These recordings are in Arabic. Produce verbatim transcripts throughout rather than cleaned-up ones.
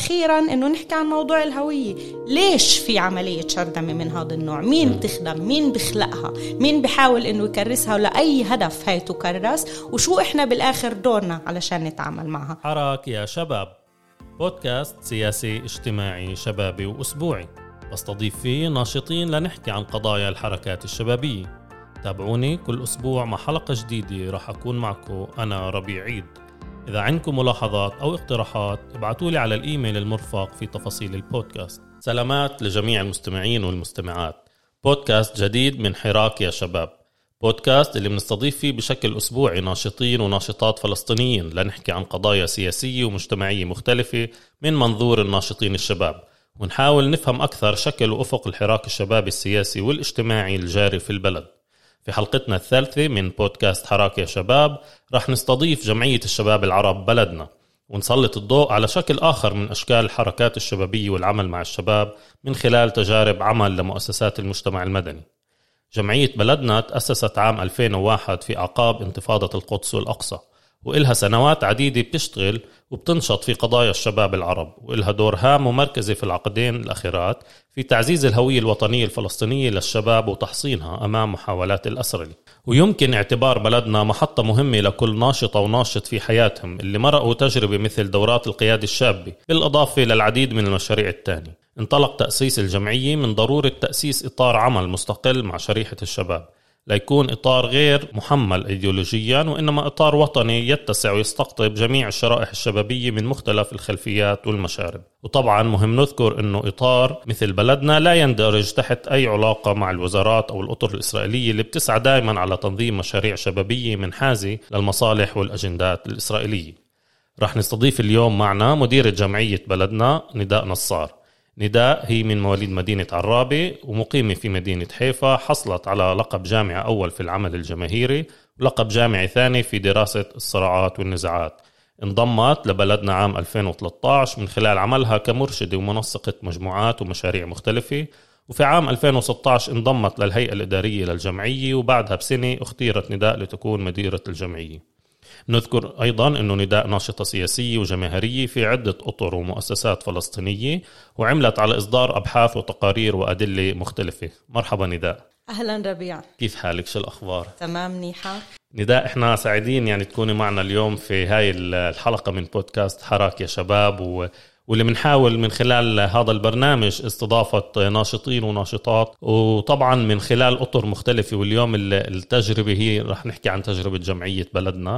أخيرا إنه نحكي عن موضوع الهوية. ليش في عملية شرذمة من هذا النوع؟ مين بتخدم؟ مين بخلقها؟ مين بيحاول إنه يكرسها لأي هدف هاي تكرس؟ وشو إحنا بالآخر دورنا علشان نتعامل معها؟ حراك يا شباب، بودكاست سياسي اجتماعي شبابي وأسبوعي بستضيف فيه ناشطين لنحكي عن قضايا الحركات الشبابية. تابعوني كل أسبوع مع حلقة جديدة، راح أكون معكم أنا ربيع عيد. إذا عندكم ملاحظات أو اقتراحات ابعتولي على الإيميل المرفق في تفاصيل البودكاست. سلامات لجميع المستمعين والمستمعات. بودكاست جديد من حراك يا شباب، بودكاست اللي بنستضيف فيه بشكل أسبوعي ناشطين وناشطات فلسطينيين لنحكي عن قضايا سياسية ومجتمعية مختلفة من منظور الناشطين الشباب، ونحاول نفهم أكثر شكل وأفق الحراك الشبابي السياسي والاجتماعي الجاري في البلد. في حلقتنا الثالثة من بودكاست حراك يا شباب رح نستضيف جمعية الشباب العرب بلدنا، ونسلط الضوء على شكل آخر من أشكال الحركات الشبابية والعمل مع الشباب من خلال تجارب عمل لمؤسسات المجتمع المدني. جمعية بلدنا تأسست عام ألفين وواحد في أعقاب انتفاضة القدس والأقصى، وإلها سنوات عديدة بتشتغل وبتنشط في قضايا الشباب العرب، وإلها دور هام ومركزي في العقدين الأخيرات في تعزيز الهوية الوطنية الفلسطينية للشباب وتحصينها أمام محاولات الأسرة. ويمكن اعتبار بلدنا محطة مهمة لكل ناشطة وناشط في حياتهم اللي مرقوا تجربة مثل دورات القيادة الشابة، بالإضافة للعديد من المشاريع التانية. انطلق تأسيس الجمعية من ضرورة تأسيس إطار عمل مستقل مع شريحة الشباب، ليكون إطار غير محمل إيديولوجيا، وإنما إطار وطني يتسع ويستقطب جميع الشرائح الشبابية من مختلف الخلفيات والمشارب. وطبعا مهم نذكر أنه إطار مثل بلدنا لا يندرج تحت أي علاقة مع الوزارات أو الأطر الإسرائيلية اللي بتسعى دائما على تنظيم مشاريع شبابية منحازة للمصالح والأجندات الإسرائيلية. رح نستضيف اليوم معنا مديرة جمعية بلدنا نداء نصار. نداء هي من مواليد مدينة عرابة ومقيمة في مدينة حيفا، حصلت على لقب جامعة أول في العمل الجماهيري ولقب جامعي ثاني في دراسة الصراعات والنزاعات. انضمت لبلدنا عام ألفين وثلاثة عشر من خلال عملها كمرشدة ومنسقة مجموعات ومشاريع مختلفة، وفي عام ألفين وستة عشر انضمت للهيئة الإدارية للجمعية، وبعدها بسنة اختيرت نداء لتكون مديرة الجمعية. نذكر أيضا أنه نداء ناشطة سياسية وجماهيرية في عدة أطر ومؤسسات فلسطينية، وعملت على إصدار أبحاث وتقارير وأدلة مختلفة. مرحبا نداء. أهلا ربيع، كيف حالك؟ شو الأخبار؟ تمام منيحة. نداء، إحنا سعيدين يعني تكوني معنا اليوم في هاي الحلقة من بودكاست حراك يا شباب، و واللي بنحاول من خلال هذا البرنامج استضافة ناشطين وناشطات، وطبعا من خلال أطر مختلفة. واليوم التجربة هي رح نحكي عن تجربة جمعية بلدنا،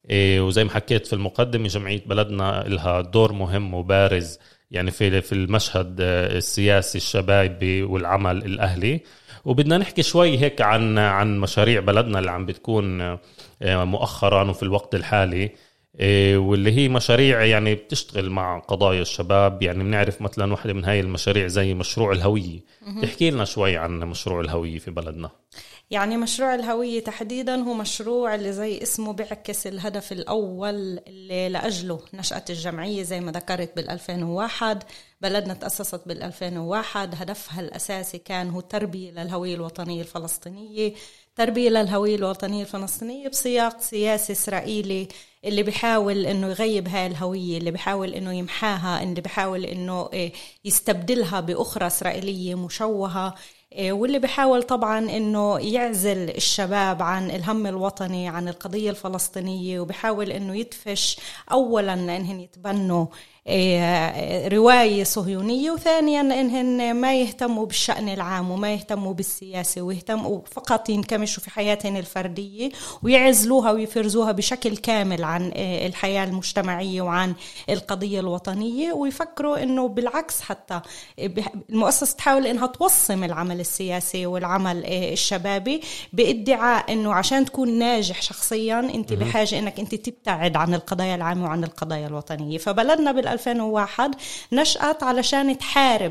وزي ما حكيت في المقدمة جمعية بلدنا لها دور مهم وبارز يعني في في المشهد السياسي الشبابي والعمل الأهلي. وبدنا نحكي شوي هيك عن عن مشاريع بلدنا اللي عم بتكون مؤخرا وفي الوقت الحالي، واللي هي مشاريع يعني بتشتغل مع قضايا الشباب. يعني بنعرف مثلا واحدة من هاي المشاريع زي مشروع الهوية. تحكي لنا شوي عن مشروع الهوية في بلدنا. يعني مشروع الهوية تحديدا هو مشروع اللي زي اسمه بيعكس الهدف الأول اللي لأجله نشأت الجمعية. زي ما ذكرت بالألفين وواحد بلدنا تأسست بالألفين وواحد، هدفها الأساسي كان هو تربية للهوية الوطنية الفلسطينية، تربية للهوية الوطنية الفلسطينية بسياق سياسي إسرائيلي اللي بيحاول إنه يغيب هاي الهوية، اللي بيحاول إنه يمحاها، اللي بيحاول إنه يستبدلها بأخرى إسرائيلية مشوهة، واللي بيحاول طبعا إنه يعزل الشباب عن الهم الوطني، عن القضية الفلسطينية، وبيحاول إنه يدفش أولا لأنهم يتبنوا رواية صهيونية، وثانيا إنهن ما يهتموا بالشأن العام وما يهتموا بالسياسة، ويهتموا فقط ينكمشوا في حياتهم الفردية ويعزلوها ويفرزوها بشكل كامل عن الحياة المجتمعية وعن القضية الوطنية، ويفكروا إنه بالعكس حتى المؤسسة تحاول إنها توصم العمل السياسي والعمل الشبابي بادعاء إنه عشان تكون ناجح شخصيا أنت بحاجة إنك أنت تبتعد عن القضايا العامة وعن القضايا الوطنية. فبلدنا بال ألفين وواحد نشأت علشان تحارب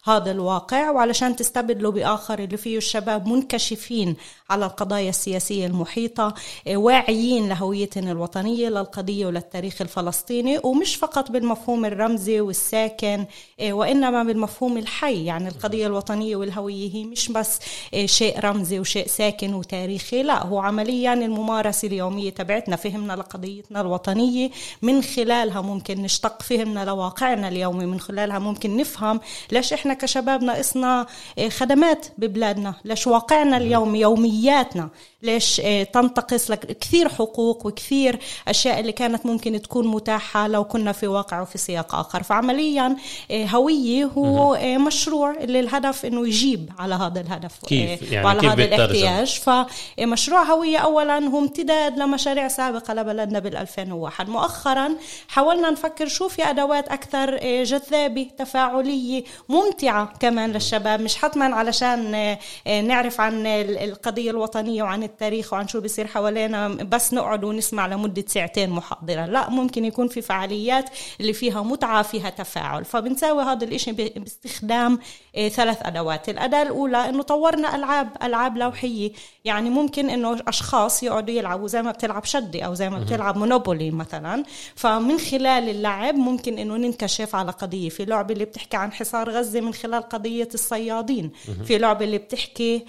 هذا الواقع وعلشان تستبدلوا بآخر اللي فيه الشباب منكشفين على القضايا السياسية المحيطة، واعيين لهويتهم الوطنية للقضية وللتاريخ الفلسطيني، ومش فقط بالمفهوم الرمزي والساكن وإنما بالمفهوم الحي. يعني القضية الوطنية والهوية هي مش بس شيء رمزي وشيء ساكن وتاريخي، لا، هو عمليا الممارسة اليومية تبعتنا. فهمنا لقضيتنا الوطنية من خلالها ممكن نشتق فهمنا لواقعنا اليومي، من خلالها ممكن نفهم ليش إحنا كشباب ناقصنا خدمات ببلادنا، ليش واقعنا اليومي يومياتنا ليش تنتقص لك كثير حقوق وكثير أشياء اللي كانت ممكن تكون متاحة لو كنا في واقع وفي سياق آخر. فعمليا هوية هو مشروع اللي الهدف إنه يجيب على هذا الهدف كيف؟ يعني وعلى كيف هذا بالترجمة؟ الاحتياج. فمشروع هوية أولا هو امتداد لمشاريع سابقة لبلدنا بالألفين وواحد. مؤخرا حاولنا نفكر شو في أدوات أكثر جذابة تفاعلية ممتعة كمان للشباب، مش حتما علشان نعرف عن القضية الوطنية وعن التاريخ وعن شو بيصير حوالينا بس نقعد ونسمع لمدة ساعتين محاضرة، لا، ممكن يكون في فعاليات اللي فيها متعة فيها تفاعل. فبنساوي هذا الاشي باستخدام ثلاث أدوات. الأداة الأولى إنه طورنا ألعاب ألعاب لوحية، يعني ممكن إنه أشخاص يقعدوا يلعبوا زي ما بتلعب شدي أو زي ما بتلعب مونوبولي مثلا، فمن خلال اللعب ممكن إنه ننكشف على قضية. في لعبة اللي بتحكي عن حصار غزة من خلال قضية الصيادين، في لعبة اللي بتحكي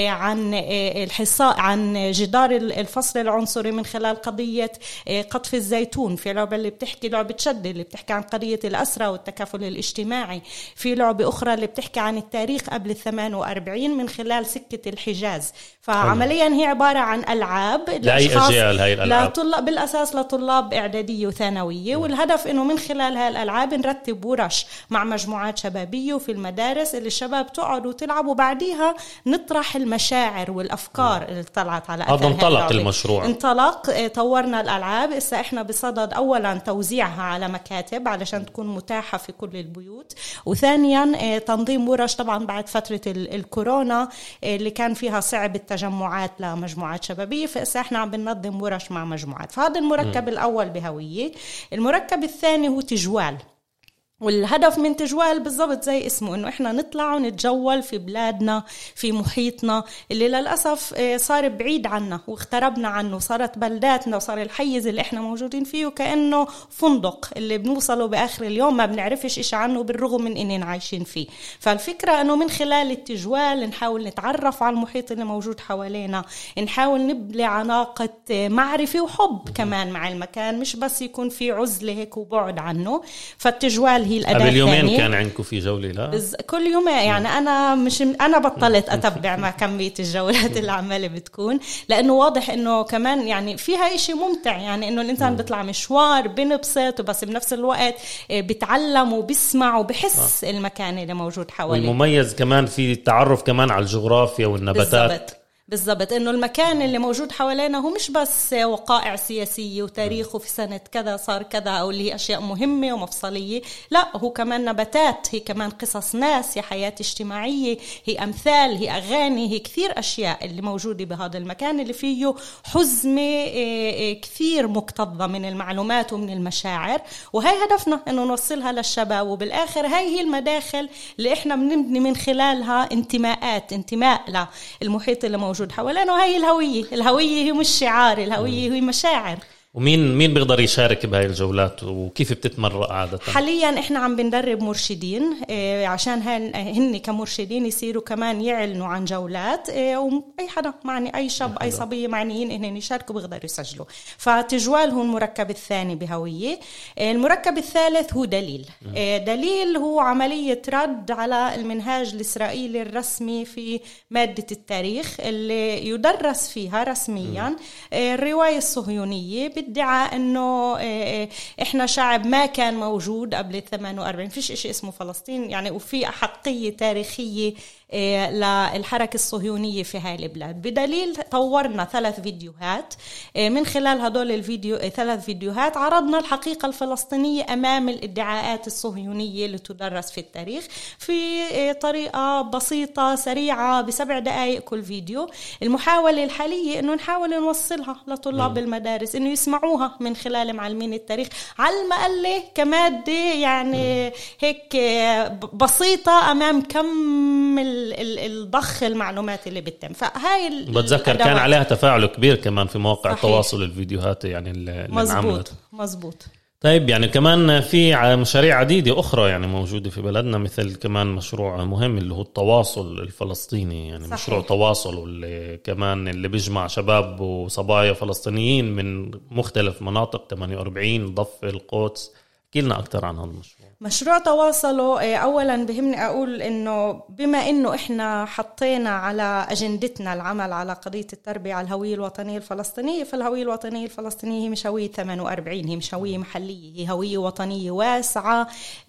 عن الحصار عن جدار الفصل العنصري من خلال قضية قطف الزيتون، في لعبة اللي بتحكي لعبة شد اللي بتحكي عن قضية الأسرة والتكافل الاجتماعي، في لعبة أخرى اللي بتحكي عن التاريخ قبل الثمان وأربعين من خلال سكة الحجاز. فعمليا هي عبارة عن ألعاب لأي أجيال هاي الألعاب؟ لطلاب بالأساس لطلاب إعدادية وثانوية، والهدف إنه من خلال هاي الألعاب نرتب ورش مع مجموعات شبابية وفي المدارس اللي الشباب تقعد وتلعب، وبعديها نطرح المشاعر والأفكار اللي طلعت على هذا انطلق المشروع. انطلق طورنا الألعاب. إسا إحنا بصدد أولا توزيعها على مكاتب علشان تكون متاحة في كل البيوت، وثانيا تنظيم ورش طبعا بعد فترة الكورونا اللي كان فيها صعب التجمعات لمجموعات شبابية، فإسا إحنا عم بننظم ورش مع مجموعات. فهذا المركب م. الأول بهوية. المركب الثاني هو تجوال، والهدف من تجوال بالضبط زي اسمه إنه إحنا نطلع ونتجول في بلادنا في محيطنا اللي للأسف صار بعيد عنا واغتربنا عنه، صارت بلداتنا وصار الحيز اللي إحنا موجودين فيه كأنه فندق اللي بنوصله بآخر اليوم ما بنعرفش إيش عنه بالرغم من إننا عايشين فيه. فالفكرة إنه من خلال التجوال نحاول نتعرف على المحيط اللي موجود حوالينا، نحاول نبني علاقة معرفة وحب كمان مع المكان، مش بس يكون في عزلة هيك وبعد عنه. فالتجوال هي الأداة قبل يومين الثانية. كان عندكم في جولة؟ لا كل يوم يعني أنا مش أنا بطلت أتبع مع كمية الجولات اللي عمالة بتكون، لأنه واضح إنه كمان يعني فيها إشي ممتع، يعني إنه الإنسان بيطلع مشوار بنبسط وبس بنفس الوقت بتعلم وبسمع وبحس المكان اللي موجود حواليه. والمميز كمان في التعرف كمان على الجغرافيا والنباتات. بالزبط. بالضبط، إنه المكان اللي موجود حوالينا هو مش بس وقائع سياسية وتاريخه في سنة كذا صار كذا أو اللي هي أشياء مهمة ومفصلية، لا، هو كمان نباتات، هي كمان قصص ناس، هي حياة اجتماعية، هي أمثال، هي أغاني، هي كثير أشياء اللي موجودة بهذا المكان اللي فيه حزمة كثير مكتظة من المعلومات ومن المشاعر. وهي هدفنا إنه نوصلها للشباب، وبالآخر هاي هي المداخل اللي إحنا بنبني من خلالها انتماءات انتماء للمحيط اللي موجود موجود حوالينا. وهي الهوية. الهوية هي مش شعار، الهوية هي مشاعر. ومين مين بيقدر يشارك بهاي الجولات وكيف بتتمرق عادة؟ حاليا احنا عم بندرب مرشدين اه عشان هن كمرشدين يصيروا كمان يعلنوا عن جولات، اه واي حدا معني، اي شاب اي صبية معنيين انهم يشاركوا بيقدروا يسجلوا. فتجوال هو المركب الثاني بهوية. اه المركب الثالث هو دليل. اه دليل هو عملية رد على المنهاج الإسرائيلي الرسمي في مادة التاريخ اللي يدرس فيها رسميا اه الرواية الصهيونية ادعى انه احنا شعب ما كان موجود قبل ثمانية وأربعين، فيش اشي اسمه فلسطين يعني، وفي احقية تاريخية للحركة الصهيونية في هاي البلاد. بدليل طورنا ثلاث فيديوهات، من خلال هدول الفيديو ثلاث فيديوهات عرضنا الحقيقة الفلسطينية أمام الادعاءات الصهيونية اللي تدرس في التاريخ في طريقة بسيطة سريعة بسبع دقائق كل فيديو. المحاولة الحالية إنه نحاول نوصلها لطلاب م. المدارس إنه يسمعوا يسمعوها من خلال معلمين التاريخ على المقلة كمادة يعني هيك بسيطة أمام كم الضخ المعلومات اللي بتتم. فهاي بتذكر كان عليها تفاعل كبير كمان في مواقع صحيح. التواصل الفيديوهات يعني اللي مزبوط مزبوط. طيب يعني كمان في مشاريع عديدة أخرى يعني موجودة في بلدنا، مثل كمان مشروع مهم اللي هو التواصل الفلسطيني، يعني صحيح. مشروع تواصل واللي كمان اللي بيجمع شباب وصبايا فلسطينيين من مختلف مناطق ثمانية وأربعين ضفة القدس. احكي أكتر عن هذا المشروع. مشروع تواصله أولا بهمني أقول إنه بما إنه إحنا حطينا على أجندتنا العمل على قضية التربية على الهوية الوطنية الفلسطينية، فالهوية الوطنية الفلسطينية هي مش هوية ثمانية وأربعين، هي مش هوية محلية، هي هوية وطنية واسعة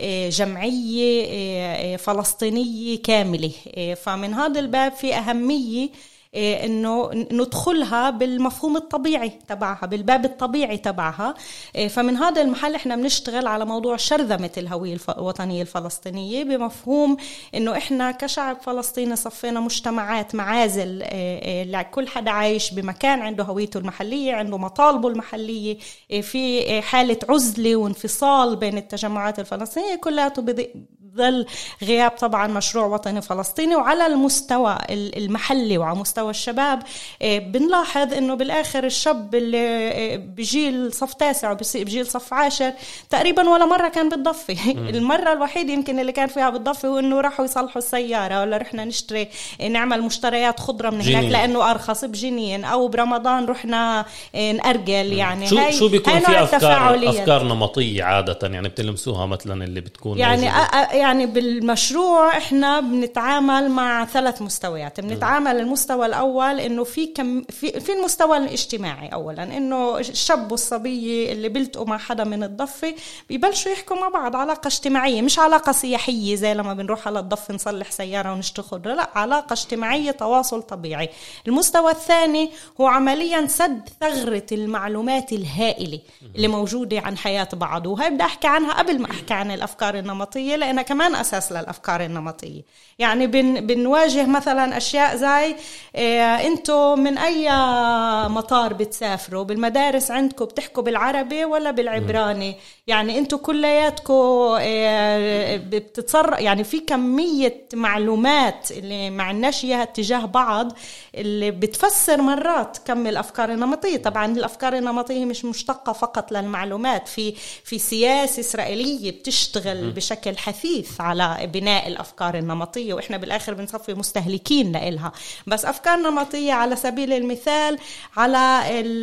جمعية فلسطينية كاملة. فمن هذا الباب في أهمية إنه ندخلها بالمفهوم الطبيعي تبعها، بالباب الطبيعي تبعها. فمن هذا المحل إحنا بنشتغل على موضوع شرذمة الهوية الوطنية الفلسطينية، بمفهوم إنه إحنا كشعب فلسطيني صفينا مجتمعات معازل، كل حدا عايش بمكان عنده هويته المحلية، عنده مطالبه المحلية، في حالة عزلة وانفصال بين التجمعات الفلسطينية كلها ظل غياب طبعا مشروع وطني فلسطيني. وعلى المستوى المحلي وعلى مستوى الشباب بنلاحظ انه بالاخر الشاب اللي بجيل صف تاسع وبجيل صف عاشر تقريبا ولا مرة كان بالضفة. المرة الوحيدة يمكن اللي كان فيها بالضفة هو انه راحوا يصلحوا السيارة، ولا رحنا نشتري نعمل مشتريات خضرة من هناك لانه ارخص بجنين، او برمضان رحنا نأرجل. يعني شو شو بيكون في افكار افكار نمطية عادة يعني بتلمسوها مثلا اللي بتكون يعني يعني بالمشروع احنا بنتعامل مع ثلاث مستويات. بنتعامل المستوى الاول انه في كم في في المستوى الاجتماعي، اولا انه الشاب والصبيه اللي بيلتقوا مع حدا من الضفه بيبلشوا يحكوا مع بعض علاقه اجتماعيه، مش علاقه سياحيه زي لما بنروح على الضفه نصلح سياره ونشتري خضره، لا علاقه اجتماعيه، تواصل طبيعي. المستوى الثاني هو عمليا سد ثغره المعلومات الهائله اللي موجوده عن حياه بعض، وهي بدي احكي عنها قبل ما احكي عن الافكار النمطيه لانها كمان اساس للافكار النمطيه. يعني بن بنواجه مثلا اشياء زي إيه انتوا من اي مطار بتسافروا، بالمدارس عندكم بتحكوا بالعربي ولا بالعبراني؟ يعني انتوا كلياتكم إيه بتتصرف. يعني في كميه معلومات اللي ما عندناش اياها تجاه بعض اللي بتفسر مرات كم الافكار النمطيه. طبعا الافكار النمطيه مش مشتقه فقط للمعلومات، في في سياسه اسرائيليه بتشتغل بشكل حثيث على بناء الافكار النمطيه، واحنا بالاخر بنصفي مستهلكين لإلها. بس افكار نمطيه على سبيل المثال على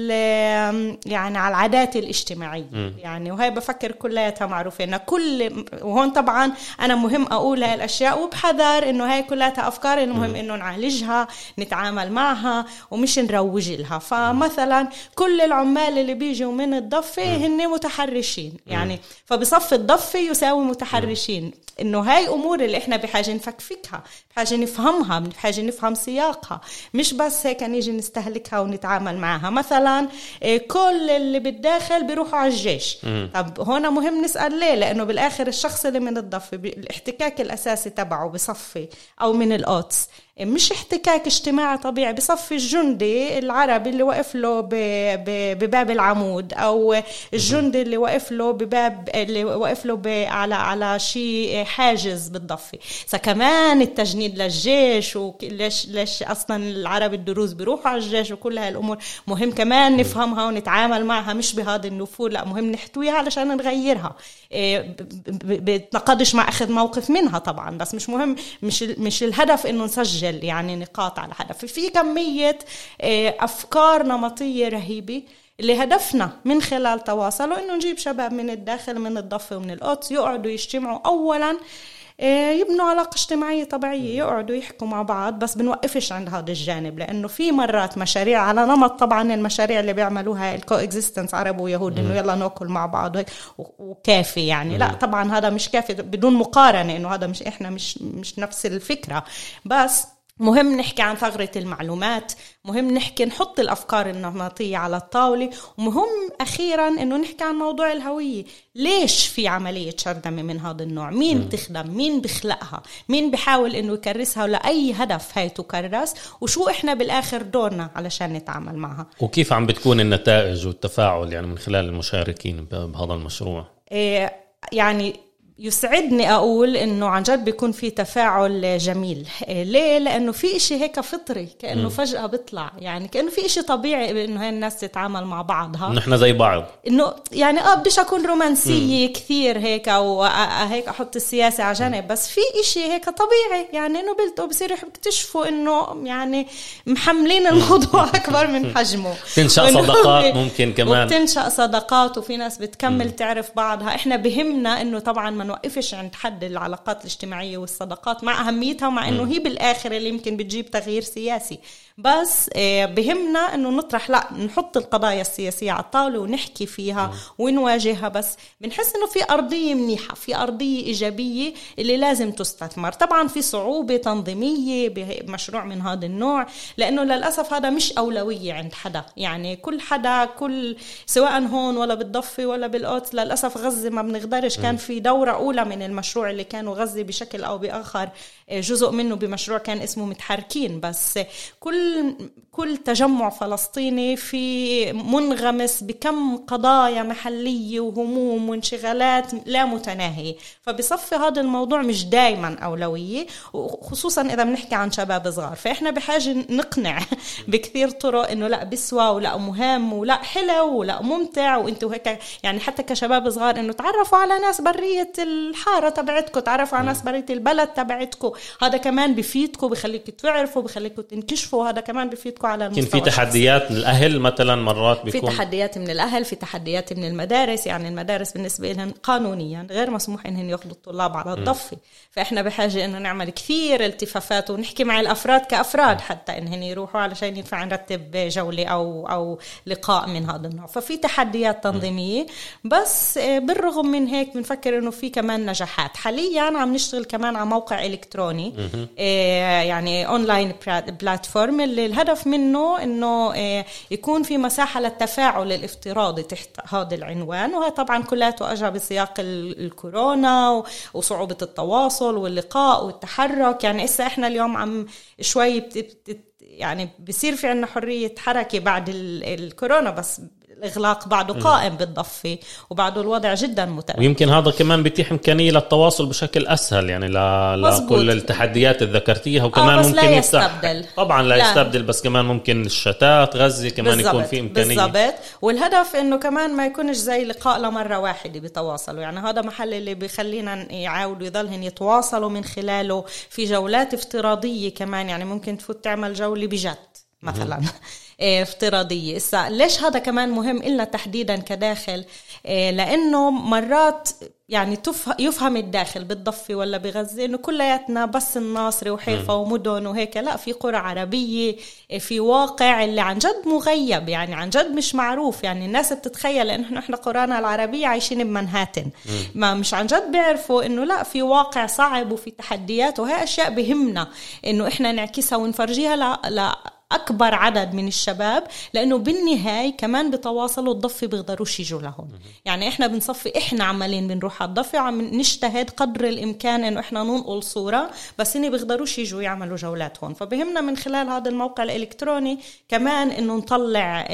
يعني على العادات الاجتماعيه م. يعني وهي بفكر كلها معروفه ان كل وهون طبعا انا مهم اقول هاي الاشياء وبحذر انه هاي كلها افكار المهم انه نعالجها نتعامل معها ومش نروج لها. فمثلا كل العمال اللي بيجوا من الضفه هن متحرشين، يعني فبصف الضفه يساوي متحرشين. انه هاي امور اللي احنا بحاجه نفكفكها، بحاجه نفهمها، بحاجه نفهم سياقها، مش بس هيك نيجي نستهلكها ونتعامل معها. مثلا كل اللي بالداخل بيروحوا على الجيش. م. طب هنا مهم نسال ليه؟ لانه بالاخر الشخص اللي من الضفه الاحتكاك الاساسي تبعه بصفي او من القدس مش احتكاك اجتماعي طبيعي، بصفي الجندي العربي اللي وقف له بباب العمود، او الجندي اللي وقف له بباب اللي وقف له على على شيء حاجز بالضفه. فكمان التجنيد للجيش، وليش ليش اصلا العرب الدروز بيروحوا على الجيش، وكل هاي الامور مهم كمان نفهمها ونتعامل معها، مش بهذا النفور، لا مهم نحتويها علشان نغيرها. بتناقضش مع اخذ موقف منها طبعا، بس مش مهم، مش مش الهدف انه نسجل يعني نقاط على هدف. في كمية أفكار نمطية رهيبة اللي هدفنا من خلال تواصله إنه نجيب شباب من الداخل من الضفة ومن القدس يقعدوا يجتمعوا، أولاً يبنوا علاقة اجتماعية طبيعية، يقعدوا يحكوا مع بعض. بس بنوقفش عند هذا الجانب، لأنه في مرات مشاريع على نمط طبعا المشاريع اللي بيعملوها الكو اكزيستنس عرب ويهود، إنه يلا ناكل مع بعض وكافي يعني. لا طبعا هذا مش كافي بدون مقارنة، إنه هذا مش إحنا مش مش نفس الفكرة. بس مهم نحكي عن ثغرة المعلومات، مهم نحكي نحط الأفكار النمطية على الطاولة، ومهم أخيرا أنه نحكي عن موضوع الهوية. ليش في عملية شرذمة من هذا النوع؟ مين م. بتخدم؟ مين بخلقها؟ مين بحاول أنه يكرسها لأي هدف هاي تكرس؟ وشو إحنا بالآخر دورنا علشان نتعامل معها؟ وكيف عم بتكون النتائج والتفاعل يعني من خلال المشاركين بهذا المشروع؟ إيه يعني يسعدني أقول إنه عن جد بيكون في تفاعل جميل. ليه؟ لأنه في إشي هيك فطري كأنه م. فجأة بيطلع، يعني كأنه في إشي طبيعي بإنه هاي الناس تتعامل مع بعضها، نحن زي بعض، إنه يعني آه بديش أكون رومانسية م. كثير هيك أو هيك أحط السياسة على جنب، بس في إشي هيك طبيعي، يعني إنه بلتوا بصيروا يكتشفوا إنه يعني محملين الموضوع أكبر من حجمه. تنشأ صداقات ممكن كمان، وتنشأ صداقات، وفي ناس بتكمل م. تعرف بعضها. إحنا بهمنا إنه طبعا ما نوقفش عند حد العلاقات الاجتماعية والصداقات مع أهميتها، مع أنه هي بالآخر اللي يمكن بتجيب تغيير سياسي، بس بهمنا أنه نطرح لا نحط القضايا السياسية على الطاولة ونحكي فيها ونواجهها. بس بنحس أنه في أرضية منيحة، في أرضية إيجابية اللي لازم تستثمر. طبعا في صعوبة تنظيمية بمشروع من هذا النوع، لأنه للأسف هذا مش أولوية عند حدا، يعني كل حدا كل سواء هون ولا بالضفة ولا بالقدس. للأسف غزة ما بنقدرش، كان في دورة أولى من المشروع اللي كانوا غزة بشكل أو بآخر جزء منه بمشروع كان اسمه متحركين، بس كل كل تجمع فلسطيني في منغمس بكم قضايا محلية وهموم وانشغالات لا متناهية، فبصفي هذا الموضوع مش دايما أولوية، وخصوصا إذا بنحكي عن شباب صغار. فإحنا بحاجة نقنع بكثير طرق إنه لا بسوى ولا مهم ولا حلو ولا ممتع، وإنتوا هيك يعني حتى كشباب صغار إنه تعرفوا على ناس برية الحارة تبعتكم، تعرفوا على ناس برية البلد تبعتكم، هذا كمان بفيدكم، بخليك تعرفوا، بخليكم تنكشفوا، هذا كمان بفيدكم على المستوى. في تحديات من الأهل مثلا مرات بيكون في تحديات من الأهل، في تحديات من المدارس. يعني المدارس بالنسبة لهم قانونيا غير مسموح إنهم ياخذوا الطلاب على الضفة، فإحنا بحاجة إنه نعمل كثير التفافات ونحكي مع الأفراد كأفراد حتى إنهم يروحوا علشان ينفع نرتب جولة أو أو لقاء من هذا النوع. ففي تحديات تنظيمية، بس بالرغم من هيك بنفكر إنه في كمان نجاحات. حاليا عم نشتغل كمان على موقع إلكتروني يعني أونلاين بلاتفورم اللي الهدف منه إنه يكون في مساحة للتفاعل الافتراضي تحت هذا العنوان. وهي طبعا كلها أجا بسياق الكورونا وصعوبة التواصل واللقاء والتحرك. يعني إسا إحنا اليوم عم شوي بت يعني بصير في عنا حرية حركة بعد الكورونا، بس الإغلاق بعده قائم بالضفة وبعده الوضع جدا متعب. ويمكن هذا كمان بيتيح إمكانية للتواصل بشكل أسهل يعني لكل التحديات اللي ذكرتيها، وكمان آه ممكن لا يستبدل. طبعا لا, لا يستبدل، بس كمان ممكن الشتات غزة كمان بالزبط. يكون في إمكانية بالضبط. والهدف إنه كمان ما يكونش زي لقاء لمرة واحدة بيتواصلوا، يعني هذا محل اللي بيخلينا يعاودوا يضلهم يتواصلوا من خلاله في جولات افتراضية كمان. يعني ممكن تفوت تعمل جولة بجد مثلا افتراضية. ليش هذا كمان مهم إلنا تحديدا كداخل؟ لأنه مرات يعني يفهم الداخل بالضفة ولا بغزة إنه كلياتنا بس الناصري وحيفا ومدن وهيك. لا، في قرى عربية، في واقع اللي عن جد مغيب، يعني عن جد مش معروف. يعني الناس بتتخيل إنه إحنا قرانا العربية عايشين بمنهاتن، ما مش عن جد بيعرفوا إنه لا، في واقع صعب وفي تحديات، وهي أشياء بهمنا إنه إحنا نعكسها ونفرجيها لا لا أكبر عدد من الشباب، لأنه بالنهاية كمان بتواصلوا الضفة بيقدروش يجوا لهم. يعني إحنا بنصفي، إحنا عمالين بنروح على الضفة وعم نجتهد قدر الإمكان إنه إحنا ننقل صورة، بس إني بيقدروش يجوا يعملوا جولات هون. فبهمنا من خلال هذا الموقع الإلكتروني كمان إنه نطلع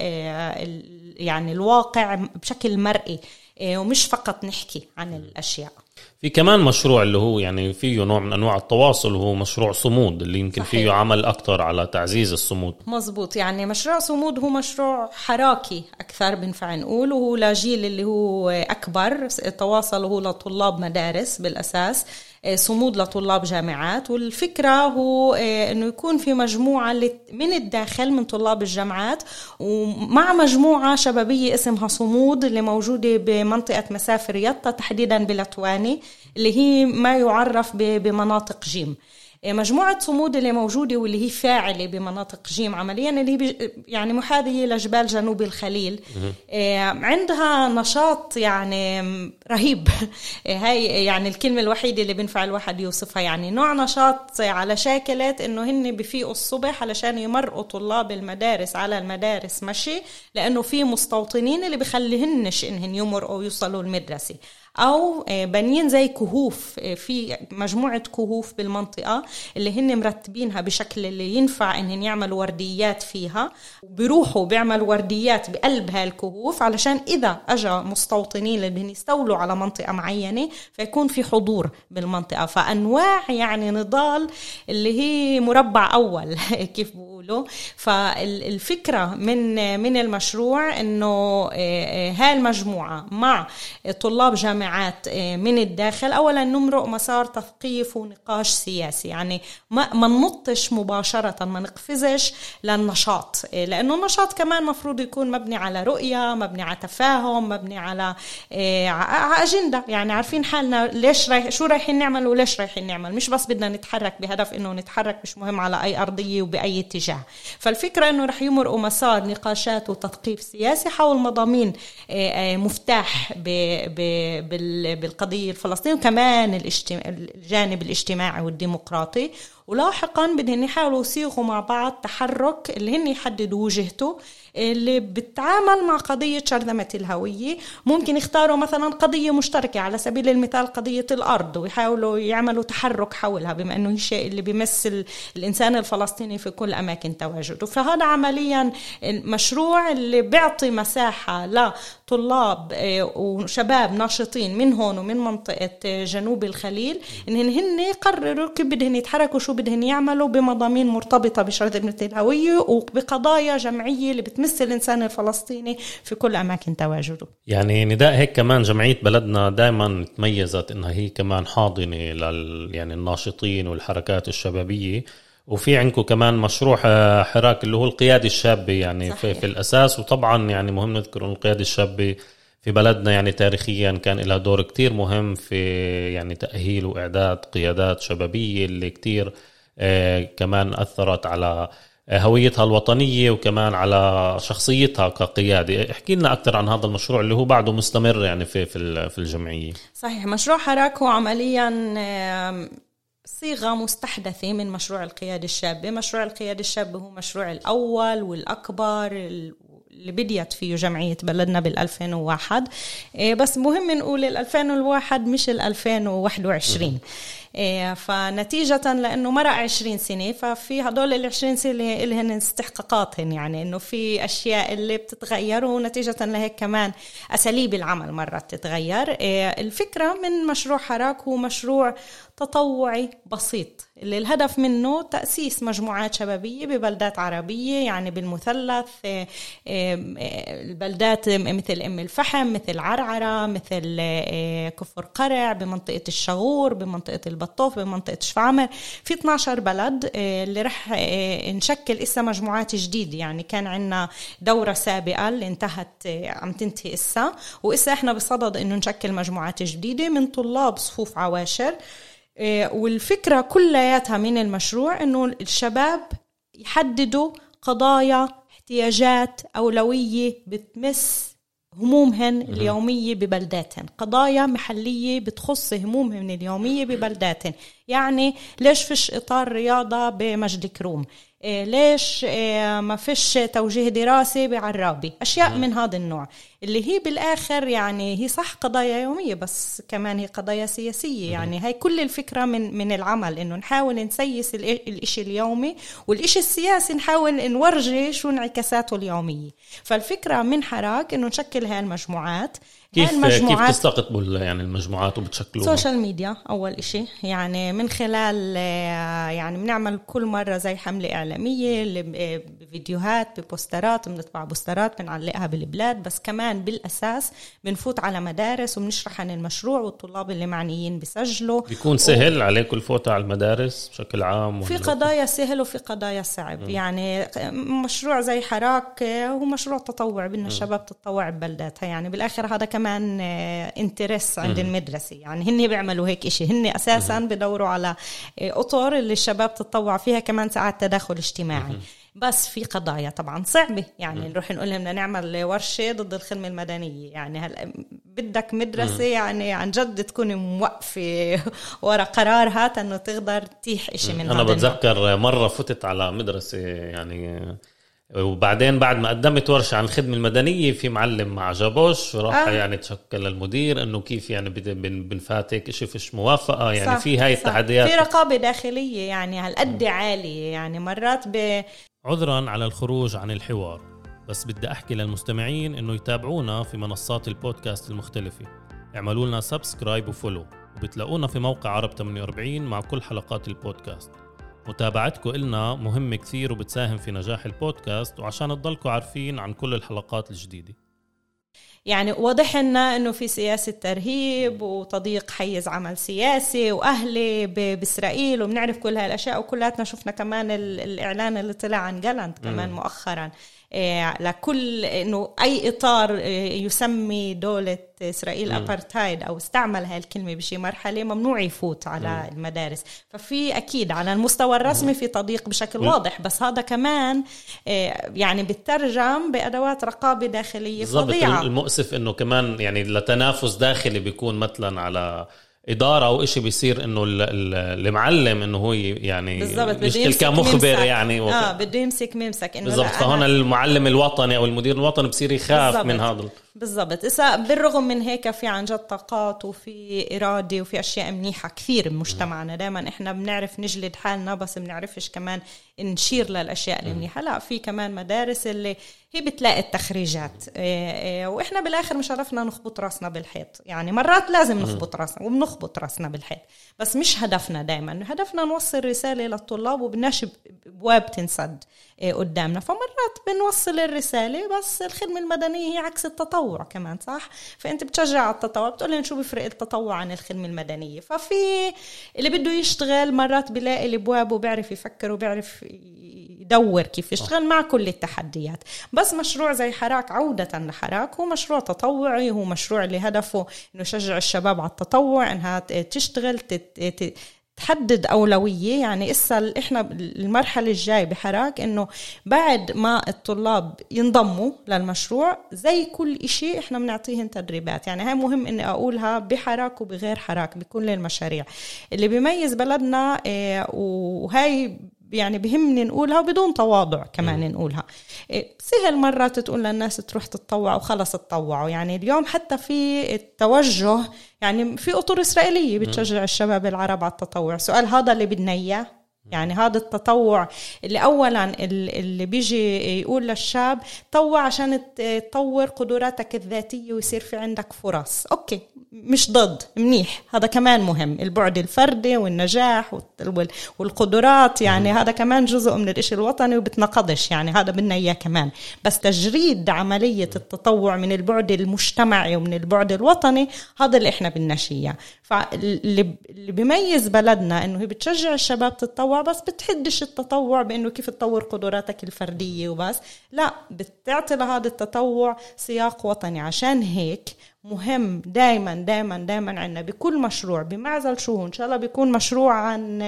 يعني الواقع بشكل مرئي، ومش فقط نحكي عن الأشياء. في كمان مشروع اللي هو يعني فيه نوع من أنواع التواصل، وهو مشروع صمود اللي يمكن صحيح. فيه عمل أكتر على تعزيز الصمود. مزبوط. يعني مشروع صمود هو مشروع حراكي أكثر بنفع نقول، وهو لجيل اللي هو أكبر. تواصل هو لطلاب مدارس بالأساس، صمود لطلاب جامعات. والفكرة هو أنه يكون في مجموعة من الداخل من طلاب الجامعات ومع مجموعة شبابية اسمها صمود اللي موجودة بمنطقة مسافر يطا، تحديدا بلتواني اللي هي ما يعرف بمناطق جيم. مجموعة صمود اللي موجودة واللي هي فاعلة بمناطق جيم عمليا اللي هي يعني محاذية لجبال جنوب الخليل، عندها نشاط يعني رهيب. هاي يعني الكلمة الوحيدة اللي بينفع الواحد يوصفها، يعني نوع نشاط على شاكلة إنه هن بفيقوا الصبح علشان يمرقوا طلاب المدارس على المدارس مشي، لأنه في مستوطنين اللي بيخليهنش إنهن يمرقوا ويوصلوا المدرسة، أو بنين زي كهوف، في مجموعة كهوف بالمنطقة اللي هن مرتبينها بشكل اللي ينفع إنهن يعملوا ورديات فيها، وبيروحوا بيعملوا ورديات بقلب هالكهوف علشان إذا أجا مستوطنين اللي هن يستولوا على منطقة معينة فيكون في حضور بالمنطقة. فأنواع يعني نضال اللي هي مربع أول كيف بقولوا. فالفكرة من من المشروع إنه هاي المجموعة مع طلاب جامعة من الداخل أولا نمرق مسار تثقيف ونقاش سياسي، يعني ما ما ننطش مباشرة، ما نقفزش للنشاط، لأنه النشاط كمان مفروض يكون مبني على رؤية، مبني على تفاهم، مبني على أجندة، يعني عارفين حالنا ليش رايح شو رايحين نعمل وليش رايحين نعمل، مش بس بدنا نتحرك بهدف إنه نتحرك مش مهم على أي أرضية وبأي اتجاه. فالفكرة إنه رح يمرقوا مسار نقاشات وتثقيف سياسي حول مضامين مفتاح ب ب بالقضية الفلسطينية، وكمان الجانب الاجتماعي والديمقراطي. ولاحقا بدهم يحاولوا يصيغوا مع بعض تحرك اللي هن يحددوا وجهته اللي بتعامل مع قضية شرذمة الهوية. ممكن يختاروا مثلا قضية مشتركة على سبيل المثال قضية الأرض، ويحاولوا يعملوا تحرك حولها بما أنه الشيء اللي بيمثل الإنسان الفلسطيني في كل أماكن تواجده. فهذا عمليا المشروع اللي بيعطي مساحة لطلاب وشباب ناشطين من هون ومن منطقة جنوب الخليل إن هن يقرروا كيف بدهم يتحركوا، شو بدهم يعملوا بمضامين مرتبطة بشرذمة الهوية وبقضايا جمعية اللي بتمثل الإنسان الفلسطيني في كل أماكن تواجده. يعني نداء هيك كمان جمعية بلدنا دائما تميزت إنها هي كمان حاضنة لل يعني الناشطين والحركات الشبابية، وفي عندكم كمان مشروع حراك اللي هو القيادة الشابة يعني في, في الأساس. وطبعا يعني مهم نذكر إن القيادة الشابة في بلدنا يعني تاريخيا كان لها دور كتير مهم في يعني تأهيل وإعداد قيادات شبابية اللي كتير آه كمان أثرت على هويتها الوطنية وكمان على شخصيتها كقيادة. احكي لنا أكتر عن هذا المشروع اللي هو بعده مستمر يعني في في في الجمعية. صحيح، مشروع حراك هو عمليا صيغة مستحدثة من مشروع القيادة الشابة. مشروع القيادة الشابة هو مشروع الأول والأكبر اللي بديت فيه جمعية بلدنا بالألفين وواحد، بس مهم نقول الألفين وواحد مش الألفين وواحد وعشرين. فنتيجة لأنه مرق عشرين سنة، ففي هدول العشرين سنة اللي هن استحقاقاتهن، يعني أنه في أشياء اللي بتتغير، ونتيجة لهيك كمان أساليب العمل مرات تتغير. الفكرة من مشروع حراك هو مشروع تطوعي بسيط اللي الهدف منه تأسيس مجموعات شبابية ببلدات عربية، يعني بالمثلث البلدات مثل أم الفحم، مثل عرعرة، مثل كفر قرع، بمنطقة الشغور، بمنطقة البطوف، بمنطقة شفعمر. في اثنا عشر بلد اللي رح نشكل إسا مجموعات جديدة. يعني كان عنا دورة سابقة اللي انتهت عم تنتهي إسا، وإسا إحنا بصدد إنه نشكل مجموعات جديدة من طلاب صفوف عواشر. والفكرة كلياتها من المشروع إنه الشباب يحددوا قضايا، احتياجات أولوية بتمس همومهن اليومية ببلداتهن، قضايا محلية بتخص همومهن اليومية ببلداتهن. يعني ليش فيش إطار رياضة بمجد كروم؟ إيه ليش إيه ما فيش توجيه دراسي بعرابي؟ أشياء من هذا النوع اللي هي بالآخر يعني هي صح قضايا يومية، بس كمان هي قضايا سياسية. يعني هاي كل الفكرة من من العمل، إنه نحاول نسيس الإشي اليومي، والإشي السياسي نحاول نورجي شو انعكاساته اليومية. فالفكرة من حراك إنه نشكل هاي المجموعات. كيف كيف تستقطبوا يعني المجموعات وبتشكلوها؟ سوشيال ميديا أول إشي، يعني من خلال يعني بنعمل كل مرة زي حملة إعلامية بفيديوهات ببوسترات، بنطبع بوسترات بنعلقها بالبلاد، بس كمان بالأساس بنفوت على مدارس وبنشرح عن المشروع، والطلاب اللي معنيين بيسجلوا. بيكون سهل و... عليكم الفوت على المدارس بشكل عام؟ في قضايا سهل وفي قضايا صعب. م. يعني مشروع زي حراك هو مشروع تطوع، بدنا الشباب تتطوع ببلداتها. يعني بالآخر هذا كمان كمان انترس عند المدرسة، يعني هن بيعملوا هيك إشي، هن أساسا بدوروا على أطر اللي الشباب تتطوع فيها، كمان ساعات تداخل اجتماعي. بس في قضايا طبعا صعبة، يعني نروح نقول لهم بدنا نعمل ورشة ضد الخدمة المدنية، يعني هل بدك مدرسة يعني عن جد تكون موقفة ورا قرارها أنه تقدر تيح إشي من هذا. أنا بتذكر مرة فتت على مدرسة يعني، وبعدين بعد ما قدمت ورشة عن الخدمة المدنية في معلم ما عجبوش، راح آه. يعني تشكل للمدير انه كيف يعني بنفاتك اشي فيش موافقة، يعني في هاي التحديات، في رقابة داخلية يعني هالقد عالية، يعني مرات ب عذرا على الخروج عن الحوار، بس بدي احكي للمستمعين انه يتابعونا في منصات البودكاست المختلفة، اعملوا لنا سبسكرايب وفولو، وبتلاقونا في موقع عرب ثمانية وأربعين مع كل حلقات البودكاست. متابعتكم إلنا مهم كثير وبتساهم في نجاح البودكاست، وعشان تضلكوا عارفين عن كل الحلقات الجديدة. يعني واضح لنا انه في سياسة ترهيب وتضييق حيز عمل سياسي واهلي باسرائيل، وبنعرف كل هالاشياء، وكلاتنا شفنا كمان الاعلان اللي طلع عن جالنت كمان م. مؤخرا إيه لكل انه اي اطار إيه يسمي دولة اسرائيل ابارتايد او استعمل هاي الكلمة بشي مرحلة ممنوع يفوت على م. المدارس. ففي اكيد على المستوى الرسمي في تضييق بشكل م. واضح، بس هذا كمان إيه يعني بترجم بادوات رقابة داخلية فظيعة. المؤسف انه كمان يعني لتنافس داخلي بيكون مثلا على إدارة أو إشي بيصير إنه اللي معلم إنه هو يعني يشتغل كمخبر يعني وك... آه بده يمسك ممسك إنه بالضبط. فهنا المعلم الوطني أو المدير الوطني بصير يخاف بالزبط. من هذا بالضبط. إذا بالرغم من هيك في عن جد طاقات وفي إرادة وفي أشياء منيحة كثير بمجتمعنا. دائما إحنا بنعرف نجلد حالنا بس بنعرفش كمان نشير للأشياء المنيحة. لا، في كمان مدارس اللي هي بتلاقي التخريجات وإحنا بالآخر مش عرفنا نخبط راسنا بالحيط. يعني مرات لازم نخبط راسنا وبنخبط راسنا بالحيط، بس مش هدفنا. دائما هدفنا نوصل رسالة للطلاب وبناش بواب تنسد قدامنا. فمرات بنوصل الرسالة، بس الخدمة المدنية هي عكس التطوع كمان، صح؟ فأنت بتشجع التطوع، بتقول شو بيفرق التطوع عن الخدمة المدنية. ففي اللي بده يشتغل مرات بيلاقي الابواب وبيعرف يفكر وبيعرف يدور كيف يشتغل مع كل التحديات. بس مشروع زي حراك، عودة لحراك، هو مشروع تطوعي، هو مشروع اللي هدفه إنه يشجع الشباب على التطوع، إنها تشتغل تت تحدد أولوية. يعني إسا إحنا المرحلة الجاي بحراك إنه بعد ما الطلاب ينضموا للمشروع زي كل إشي إحنا بنعطيهم تدريبات. يعني هاي مهم إني أقولها بحراك وبغير حراك بكل المشاريع اللي بيميز بلدنا. إيه وهاي يعني بهمني نقولها وبدون تواضع كمان نقولها. سهل مرات تقول للناس تروح تتطوع وخلص تطوعوا. يعني اليوم حتى في التوجه، يعني في أطر إسرائيلية بتشجع الشباب العرب على التطوع. سؤال هذا اللي بدنا إياه؟ يعني هذا التطوع اللي أولا اللي بيجي يقول للشاب طوع عشان تطور قدراتك الذاتية ويصير في عندك فرص. أوكي، مش ضد، منيح، هذا كمان مهم، البعد الفردي والنجاح والقدرات. يعني هذا كمان جزء من الإشي الوطني وبتناقضش، يعني هذا بدنا إياه كمان. بس تجريد عملية التطوع من البعد المجتمعي ومن البعد الوطني هذا اللي إحنا بدنا إياه. فاللي بيميز بلدنا إنه هي بتشجع الشباب تتطوع، بس بتحدش التطوع بإنه كيف تطور قدراتك الفردية وبس، لا، بتعطي لهذا التطوع سياق وطني. عشان هيك مهم دايما دايما دايما عنا بكل مشروع بمعزل شو إن شاء الله بيكون مشروع عن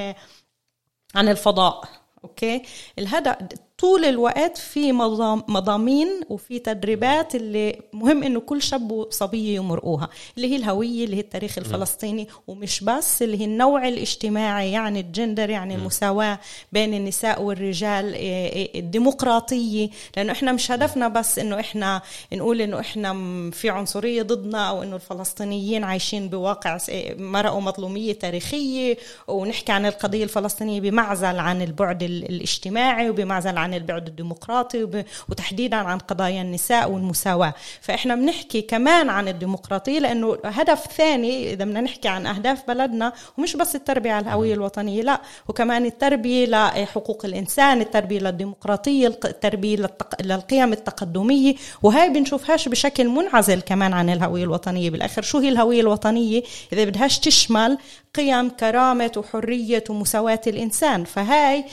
عن الفضاء، أوكي، الهدف طول الوقت في مضامين وفي تدريبات اللي مهم إنه كل شاب وصبية يمرقوها، اللي هي الهوية، اللي هي التاريخ الفلسطيني، ومش بس اللي هي النوع الاجتماعي، يعني الجندر، يعني المساواة بين النساء والرجال، الديمقراطية. لأنه إحنا مش هدفنا بس إنه إحنا نقول إنه إحنا في عنصرية ضدنا، أو إنه الفلسطينيين عايشين بواقع مرقوا مظلومية تاريخية، ونحكي عن القضية الفلسطينية بمعزل عن البعد الاجتماعي وبمعزل عن البعد الديمقراطي، وتحديدا عن قضايا النساء والمساواة. فإحنا بنحكي كمان عن الديمقراطية، لأنه هدف ثاني إذا بدنا نحكي عن أهداف بلدنا، ومش بس التربية على الهوية الوطنية، لا، وكمان التربية لحقوق الإنسان، التربية للديمقراطية، التربية للتق... للقيم التقدمية. وهاي بنشوفهاش بشكل منعزل كمان عن الهوية الوطنية. بالآخر شو هي الهوية الوطنية إذا بدهاش تشمل قيم كرامة وحرية ومساواة الإنسان. فهاي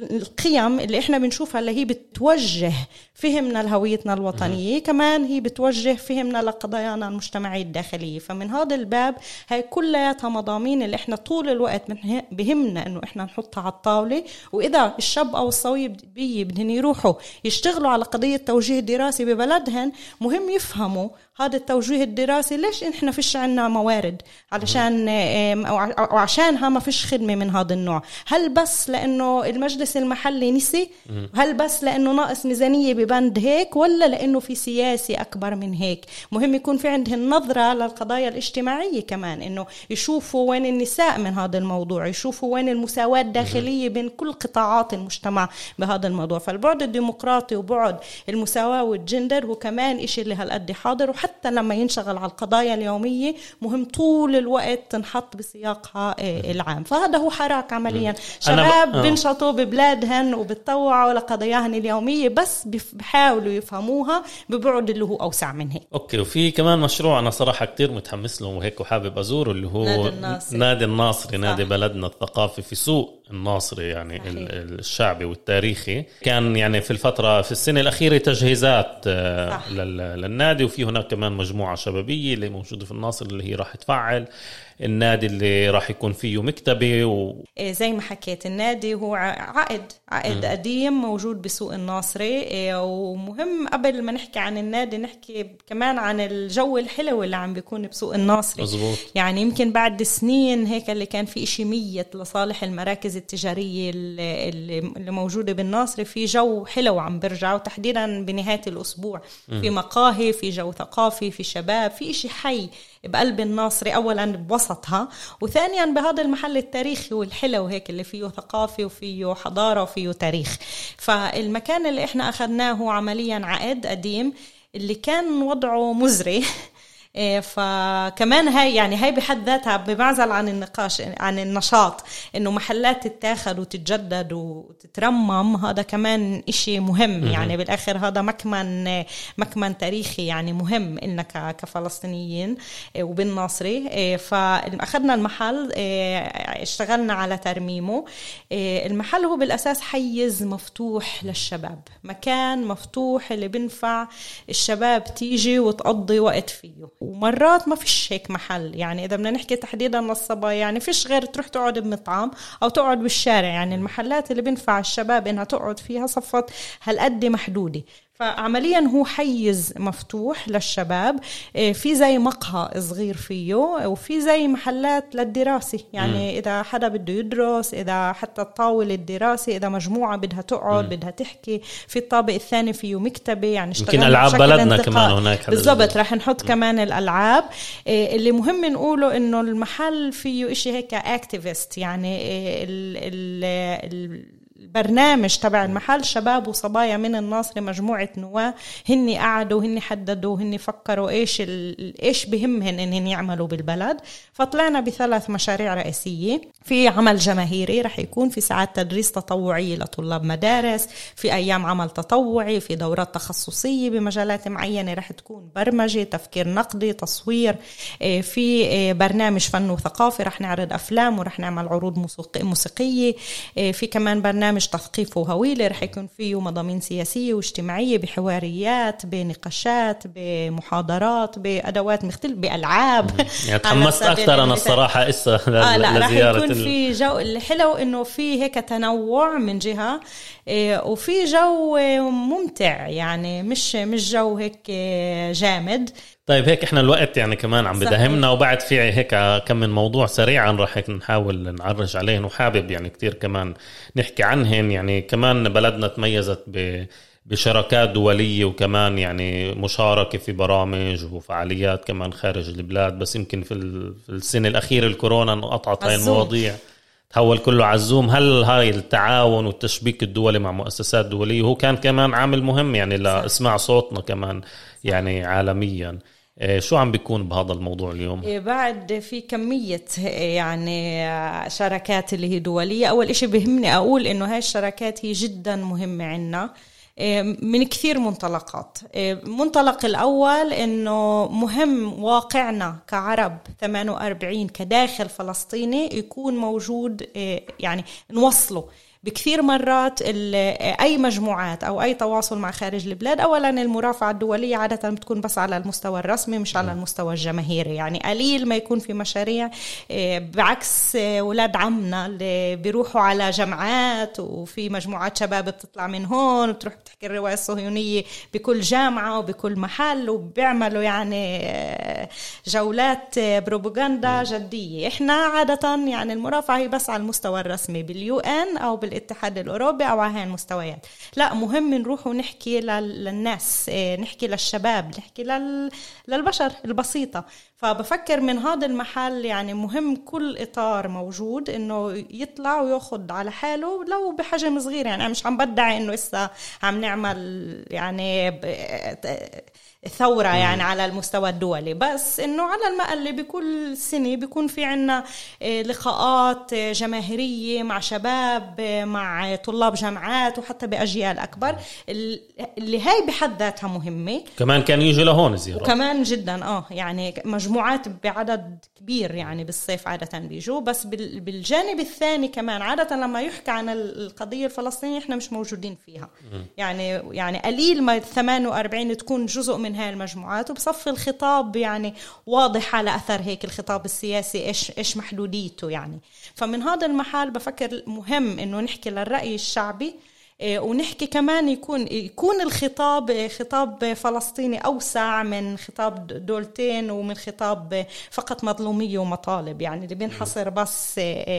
القيم اللي إحنا بنشوفها اللي هي بتوجه فهمنا لهويتنا الوطنية، كمان هي بتوجه فهمنا لقضايانا المجتمعية الداخلية. فمن هذا الباب هاي كلها مضامين اللي إحنا طول الوقت بهمنا إنه إحنا نحطها على الطاولة. وإذا الشاب أو الصبية بدهن يروحوا يشتغلوا على قضية توجيه دراسي ببلدهن، مهم يفهموا هذا التوجيه الدراسي ليش إحنا فيش عنا موارد علشان أو عشانها ما فيش خدمة من هذا النوع. هل بس لأنه المجلس المحلي نسي؟ هل بس لأنه ناقص ميزانية ببند هيك؟ ولا لأنه في سياسي أكبر من هيك؟ مهم يكون في عندهم نظرة للقضايا الاجتماعية كمان، إنه يشوفوا وين النساء من هذا الموضوع، يشوفوا وين المساواة الداخلية بين كل قطاعات المجتمع بهذا الموضوع. فالبعد الديمقراطي وبعد المساواة والجندر هو كمان إشي اللي هالقد حاضر. وحتى لما ينشغل على القضايا اليومية مهم طول الوقت تنحط بسياقها العام. فهذا هو حراك عمليا. شباب بنشطوا ببلادهن وبتطوعوا لقضاياهن اليومية، بس بيحاولوا يفهموها ببعد اللي هو أوسع من هيك. أوكي. وفي كمان مشروع أنا صراحة كتير متحمس له وهيك وحابب أزوره، اللي هو نادي الناصري, نادي, الناصري نادي بلدنا الثقافي في سوق الناصري، يعني صحيح. الشعبي والتاريخي. كان يعني في الفترة في السنة الأخيرة تجهيزات صح. للنادي، وفي هناك كمان مجموعة شبابية اللي موجودة في الناصر اللي هي راح تفعل النادي اللي راح يكون فيه مكتبة و... زي ما حكيت النادي هو عقد عقد م. قديم موجود بسوق الناصري. ومهم قبل ما نحكي عن النادي نحكي كمان عن الجو الحلو اللي عم بيكون بسوق الناصري. مزبوط. يعني يمكن بعد سنين هيك اللي كان في إشي ميت لصالح المراكز التجارية اللي, اللي موجودة بالناصري، في جو حلو عم برجع، وتحديدا بنهاية الأسبوع م. في مقاهي، في جو ثقافي، في شباب، في إشي حي بقلب الناصري أولا بوسطها، وثانيا بهذا المحل التاريخي والحلو هيك اللي فيه ثقافي وفيه حضارة وفيه تاريخ. فالمكان اللي احنا أخذناه عمليا عقد قديم اللي كان وضعه مزري. فكمان هاي يعني هاي بحد ذاتها بمعزل عن النقاش عن النشاط، انه محلات تتاخد وتتجدد وتترمم، هذا كمان اشي مهم. يعني بالاخر هذا مكمن مكمن تاريخي يعني مهم إلنا كفلسطينيين وبالناصري. فاخذنا المحل اشتغلنا على ترميمه. المحل هو بالاساس حيز مفتوح للشباب، مكان مفتوح اللي بنفع الشباب تيجي وتقضي وقت فيه. ومرات ما فيش هيك محل، يعني إذا بدنا نحكي تحديدا للصبايا يعني فيش غير تروح تقعد بمطعم أو تقعد بالشارع. يعني المحلات اللي بنفع الشباب إنها تقعد فيها صفت هالقد محدودة. فعمليا هو حيز مفتوح للشباب، في زي مقهى صغير فيه، وفي زي محلات للدراسة. يعني م. إذا حدا بده يدرس، إذا حتى الطاولة الدراسي، إذا مجموعة بدها تقعد م. بدها تحكي، في الطابق الثاني فيه مكتبة. يعني يمكن ألعاب بلدنا كمان هناك بالضبط، رح نحط م. كمان الألعاب. اللي مهم نقوله إنه المحل فيه إشي هيك اكتيفيست، يعني ال ال ال برنامج تبع المحل شباب وصبايا من الناصري، مجموعة نواه هني قعدوا هني حددوا هني فكروا إيش إيش بهمهن إنهن يعملوا بالبلد. فطلعنا بثلاث مشاريع رئيسية. في عمل جماهيري رح يكون في ساعات تدريس تطوعية لطلاب مدارس، في أيام عمل تطوعي، في دورات تخصصية بمجالات معينة رح تكون برمجة، تفكير نقدي، تصوير. في برنامج فن وثقافي رح نعرض أفلام ورح نعمل عروض موسيقية. في كمان برنامج تثقيف وهوية رح يكون فيه مضامين سياسية واجتماعية بحواريات، بنقاشات، بمحاضرات، بأدوات مختلفة، بألعاب. يعني تحمست أكثر أنا الصراحة إسا آه لا رح يكون في جو الحلو إنه في هيك تنوع من جهة، وفي جو ممتع، يعني مش مش جو هيك جامد. طيب هيك احنا الوقت يعني كمان عم بدهمنا، وبعد في هيك كم من موضوع سريعا راح هيك نحاول نعرج عليهن، وحابب يعني كتير كمان نحكي عنهن. يعني كمان بلدنا تميزت ب بشراكات دولية، وكمان يعني مشاركة في برامج وفعاليات كمان خارج البلاد. بس يمكن في السنة الأخيرة الكورونا انقطعت هاي المواضيع، تحول كله على الزوم. هل هاي التعاون والتشبيك الدولي مع مؤسسات دولية هو كان كمان عامل مهم يعني لإسماع صوتنا كمان يعني عالميا؟ شو عم بيكون بهذا الموضوع اليوم؟ بعد في كمية يعني شراكات اللي هي دولية. أول إشي بهمني أقول إنه هاي الشراكات هي جدا مهمة عنا. من كثير منطلقات. منطلق الأول إنه مهم واقعنا كعرب ثمانية وأربعين كداخل فلسطيني يكون موجود، يعني نوصله. بكثير مرات أي مجموعات أو أي تواصل مع خارج البلاد، أولا المرافعة الدولية عادة بتكون بس على المستوى الرسمي مش على المستوى الجماهيري، يعني قليل ما يكون في مشاريع، بعكس ولاد عمنا اللي بيروحوا على جامعات وفي مجموعات شباب بتطلع من هون وبتروح بتحكي الرواية الصهيونية بكل جامعة وبكل محل وبيعملوا يعني جولات بروباغندا جدية. إحنا عادة يعني المرافعة هي بس على المستوى الرسمي باليو إن أو بالاتحاد الأوروبي أو على هاي المستويات. لا، مهم نروح ونحكي للناس، نحكي للشباب، نحكي للبشر البسيطة. فبفكر من هذا المحل يعني مهم كل إطار موجود إنه يطلع ويأخذ على حاله لو بحجم صغير. يعني أنا مش عم بدعي إنه إسا عم نعمل يعني ثورة يعني على المستوى الدولي، بس إنه على المقل بكل سنة بيكون في عنا لقاءات جماهيرية مع شباب، مع طلاب جامعات وحتى بأجيال أكبر، اللي هاي بحد ذاتها مهمة. كمان كان يجي لهون زيارة وكمان جدا آه يعني مجموعات بعدد كبير يعني بالصيف عادة بيجوا. بس بالجانب الثاني كمان عادة لما يحكى عن القضية الفلسطينية إحنا مش موجودين فيها. يعني يعني قليل ما ثمانية وأربعين تكون جزء من هاي المجموعات، وبصف الخطاب يعني واضح على أثر هيك الخطاب السياسي إيش إيش محدوديته يعني. فمن هذا المحل بفكر مهم إنه نحكي للرأي الشعبي، ونحكي كمان يكون يكون الخطاب خطاب فلسطيني أوسع من خطاب دولتين ومن خطاب فقط مظلومية ومطالب يعني اللي بينحصر بس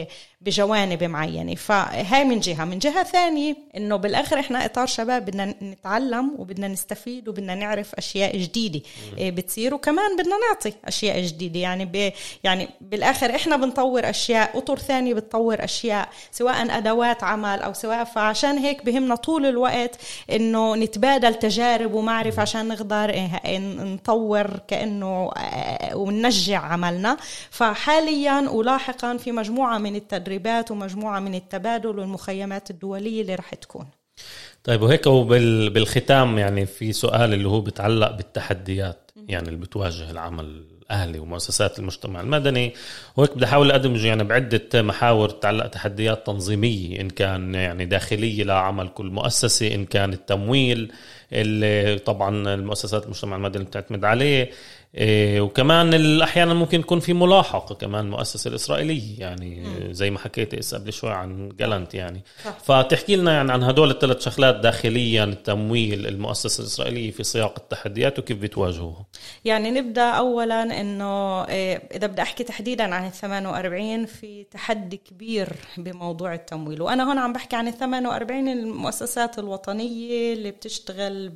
بجوانب معينة. فهاي من جهة. من جهة ثانية إنه بالآخر إحنا إطار شباب بدنا نتعلم وبدنا نستفيد وبدنا نعرف أشياء جديدة بتصير، وكمان بدنا نعطي أشياء جديدة يعني ب يعني بالآخر إحنا بنطور أشياء، أطر ثانية بتطور أشياء سواء أدوات عمل أو سواء. فعشان هيك بهمنا طول الوقت إنه نتبادل تجارب ومعرفة عشان نقدر نطور كأنه وننجع عملنا. فحاليا ولاحقا في مجموعة من التدريبات ومجموعة من التبادل والمخيمات الدولية اللي رح تكون. طيب وهيك بالختام يعني في سؤال اللي هو بتعلق بالتحديات يعني اللي بتواجه العمل الأهلي ومؤسسات المجتمع المدني، وهيك بدي أحاول أدمج يعني بعدة محاور تتعلق تحديات تنظيمية إن كان يعني داخلية لعمل كل مؤسسة، إن كان التمويل اللي طبعا المؤسسات المجتمع المدني بتعتمد عليه، إيه وكمان أحيانا ممكن يكون في ملاحقة كمان المؤسسة الإسرائيلية يعني م. زي ما حكيت قبل شوي عن جالنت يعني صح. فتحكي لنا يعني عن هدول الثلاث شغلات داخليا، التمويل، المؤسسة الإسرائيلية في سياق التحديات وكيف بتواجهوها. يعني نبدأ أولا إنه إيه إذا بدي أحكي تحديدا عن الثمانية وأربعين في تحدي كبير بموضوع التمويل. وأنا هون عم بحكي عن الثمانية وأربعين المؤسسات الوطنية اللي بتشتغل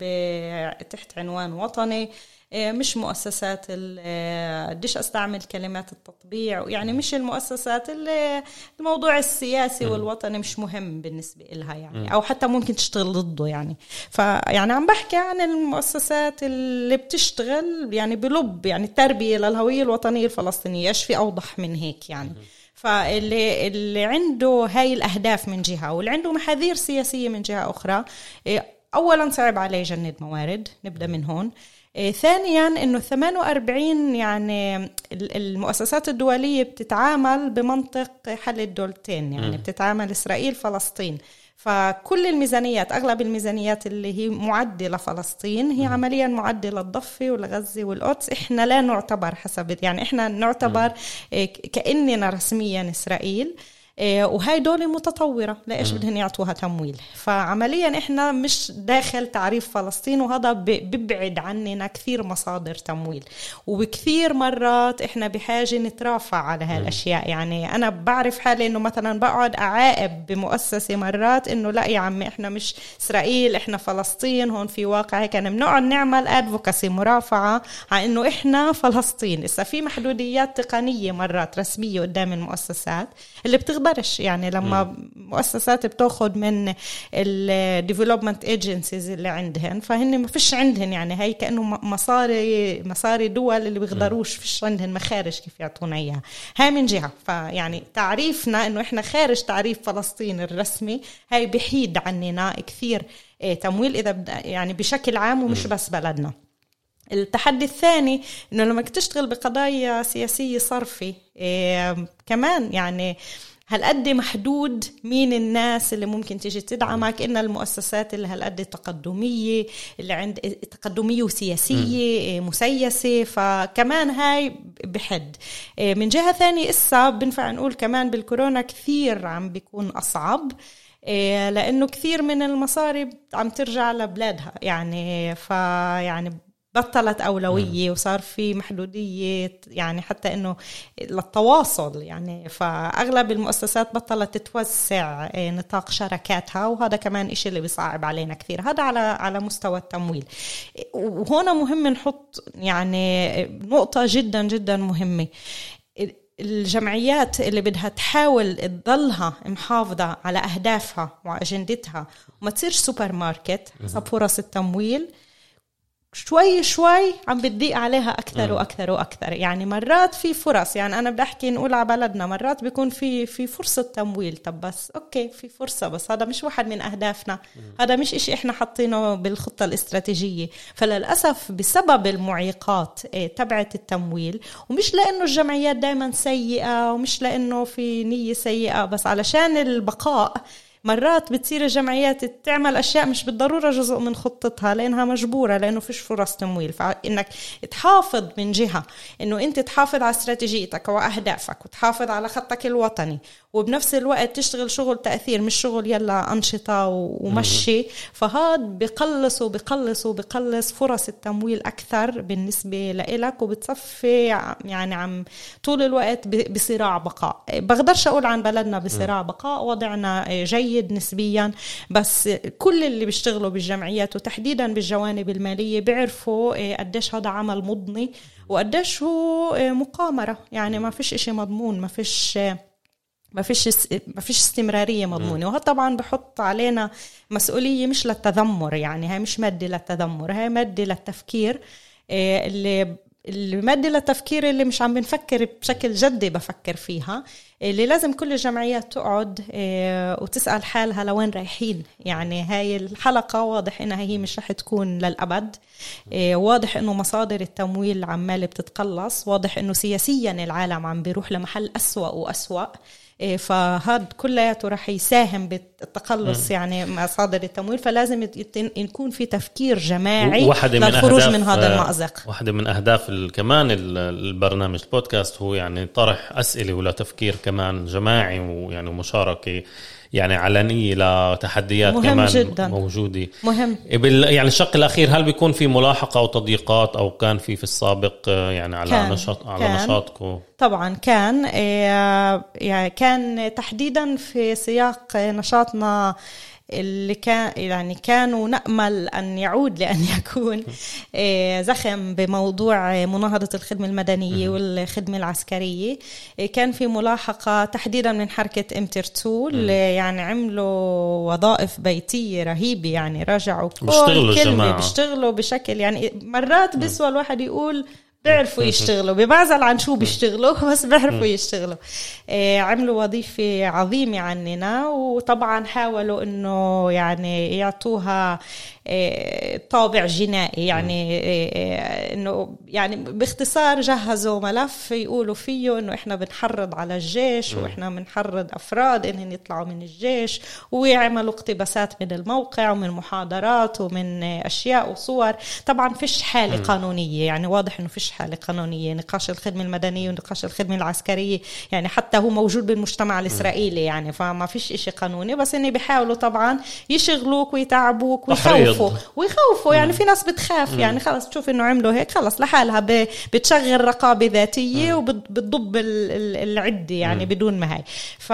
تحت عنوان وطني، مش مؤسسات بديش استعمل كلمات التطبيع، يعني مش المؤسسات اللي الموضوع السياسي والوطني مش مهم بالنسبة لها يعني، أو حتى ممكن تشتغل ضده يعني. فيعني عم بحكي عن المؤسسات اللي بتشتغل يعني بلب يعني التربية للهوية الوطنية الفلسطينية، ايش في أوضح من هيك يعني. فاللي اللي عنده هاي الأهداف من جهة واللي عنده محاذير سياسية من جهة أخرى، أولا صعب عليه يجند موارد، نبدأ من هون. إيه ثانيا إنه ثمانية وأربعين يعني المؤسسات الدولية بتتعامل بمنطق حل الدولتين يعني م. بتتعامل إسرائيل فلسطين. فكل الميزانيات أغلب الميزانيات اللي هي معدة لفلسطين هي م. عمليا معدة للضفة والغزة والقدس. إحنا لا نعتبر حسب يعني إحنا نعتبر إيه كأننا رسميا إسرائيل، وهاي دولة متطورة لإيش بدهن يعطوها تمويل. فعمليا إحنا مش داخل تعريف فلسطين، وهذا بيبعد عننا كثير مصادر تمويل، وبكثير مرات إحنا بحاجة نترافع على هالأشياء. يعني أنا بعرف حالي إنه مثلا بقعد أعائب بمؤسسة مرات إنه لا يا عمي إحنا مش إسرائيل إحنا فلسطين، هون في واقع هيك. أنا بنقعد نعمل أدفوكاسي مرافعة على إنه إحنا فلسطين. إذا في محدوديات تقنية مرات رسمية قدام المؤسسات اللي بتغضب بتقدرش يعني لما م. مؤسسات بتاخد من الديفلوبمنت ايجنسيز اللي عندهن فهن ما فيش عندهن يعني هي كأنه مصاري مصاري دول اللي بيقدروش فيش عندهن مخارج كيف يعطونا اياها. هاي من جهة فيعني تعريفنا انه احنا خارج تعريف فلسطين الرسمي هاي بحيد عننا كثير تمويل اذا يعني بشكل عام ومش بس بلدنا. التحدي الثاني انه لما تشتغل بقضايا سياسية صرفي إيه كمان يعني هالقد محدود مين الناس اللي ممكن تيجي تدعمك. إن المؤسسات اللي هالقد تقدمية اللي عند تقدمية وسياسية مسيسة فكمان هاي بحد. من جهة ثانية إسا بنفع نقول كمان بالكورونا كثير عم بيكون أصعب لأنه كثير من المصاري عم ترجع لبلادها يعني فيعني بطلت أولوية وصار في محدودية يعني حتى إنه للتواصل يعني فأغلب المؤسسات بطلت تتوسع نطاق شركاتها وهذا كمان إشي اللي بيصعب علينا كثير. هذا على على مستوى التمويل. وهنا مهم نحط يعني نقطة جدا جدا مهمة. الجمعيات اللي بدها تحاول تضلها محافظة على أهدافها وأجندتها وما تصير سوبر ماركت حسب فرص التمويل شوي شوي عم بتضيق عليها أكثر وأكثر وأكثر. يعني مرات في فرص يعني أنا بدي أحكي نقول على بلدنا مرات بيكون في في فرصة تمويل طب بس أوكي في فرصة بس هذا مش واحد من أهدافنا هذا مش إشي إحنا حطينه بالخطة الاستراتيجية. فللأسف بسبب المعيقات تبعت التمويل ومش لأنه الجمعيات دايما سيئة ومش لأنه في نية سيئة بس علشان البقاء مرات بتصير الجمعيات تعمل أشياء مش بالضرورة جزء من خطتها لأنها مجبورة لأنه فيش فرص تمويل. فإنك تحافظ من جهة إنه أنت تحافظ على استراتيجيتك وأهدافك وتحافظ على خطك الوطني وبنفس الوقت تشتغل شغل تأثير مش شغل يلا أنشطة ومشي. فهاد بقلص وبقلص وبقلص فرص التمويل أكثر بالنسبة لإلك وبتصفي يعني عم طول الوقت بصراع بقاء. بقدرش أقول عن بلدنا بصراع بقاء وضعنا جيد نسبيا بس كل اللي بيشتغلوا بالجمعيات وتحديدا بالجوانب المالية بيعرفوا قديش هذا عمل مضني وقديش هو مقامرة. يعني ما فيش إشي مضمون ما فيش ما فيش ما فيش استمرارية مضمونة. وهذا طبعا بحط علينا مسؤولية مش للتذمر يعني هاي مش مادة للتذمر هاي مادة للتفكير اللي المادة للتفكير اللي مش عم بنفكر بشكل جدي بفكر فيها اللي لازم كل الجمعيات تقعد وتسأل حالها لوين رايحين. يعني هاي الحلقة واضح إنها هي مش رح تكون للأبد. واضح إنه مصادر التمويل عمال بتتقلص واضح إنه سياسيا العالم عم بيروح لمحل أسوأ وأسوأ. فهذا كلياته رح يساهم بالتقلص يعني مصادر التمويل. فلازم يكون في تفكير جماعي للخروج من, من هذا المأزق. واحدة من أهداف كمان البرنامج البودكاست هو يعني طرح أسئلة ولا تفكير كمان جماعي ويعني مشاركة يعني علنية لتحديات كمان جداً. موجودة مهم. يعني الشق الأخير هل بيكون في ملاحقة أو تضييقات أو كان في في السابق يعني على كان. نشاط على كان. نشاطكم؟ طبعا كان يعني كان تحديدا في سياق نشاطنا اللي كان يعني كانوا نأمل أن يعود لأن يكون زخم بموضوع مناهضة الخدمة المدنية والخدمة العسكرية. كان في ملاحقة تحديدا من حركة امترتول يعني عملوا وظائف بيتية رهيبة يعني رجعوا كل كلمة بيشتغلوا بشكل يعني مرات بيسوى الواحد يقول بيعرفوا يشتغلوا بمعزل عن شو بيشتغلوا بس بيعرفوا يشتغلوا. آه عملوا وظيفة عظيمة عننا وطبعا حاولوا انه يعني يعطوها آه طابع جنائي يعني آه انه يعني باختصار جهزوا ملف يقولوا فيه انه احنا بنحرض على الجيش واحنا بنحرض افراد انهم يطلعوا من الجيش ويعملوا اقتباسات من الموقع ومن محاضرات ومن اشياء وصور. طبعا فيش حالة قانونية يعني واضح انه فيش حالة قانونية. نقاش الخدمة المدنية ونقاش الخدمة العسكرية يعني حتى هو موجود بالمجتمع الإسرائيلي يعني فما فيش إشي قانوني بس إني بيحاولوا طبعا يشغلوك ويتعبوك ويخوفوا ويخوفوا يعني في ناس بتخاف يعني خلص تشوف إنه عملوا هيك خلص لحالها بتشغل رقابة ذاتية وبتضب العدة يعني بدون ما هي. ف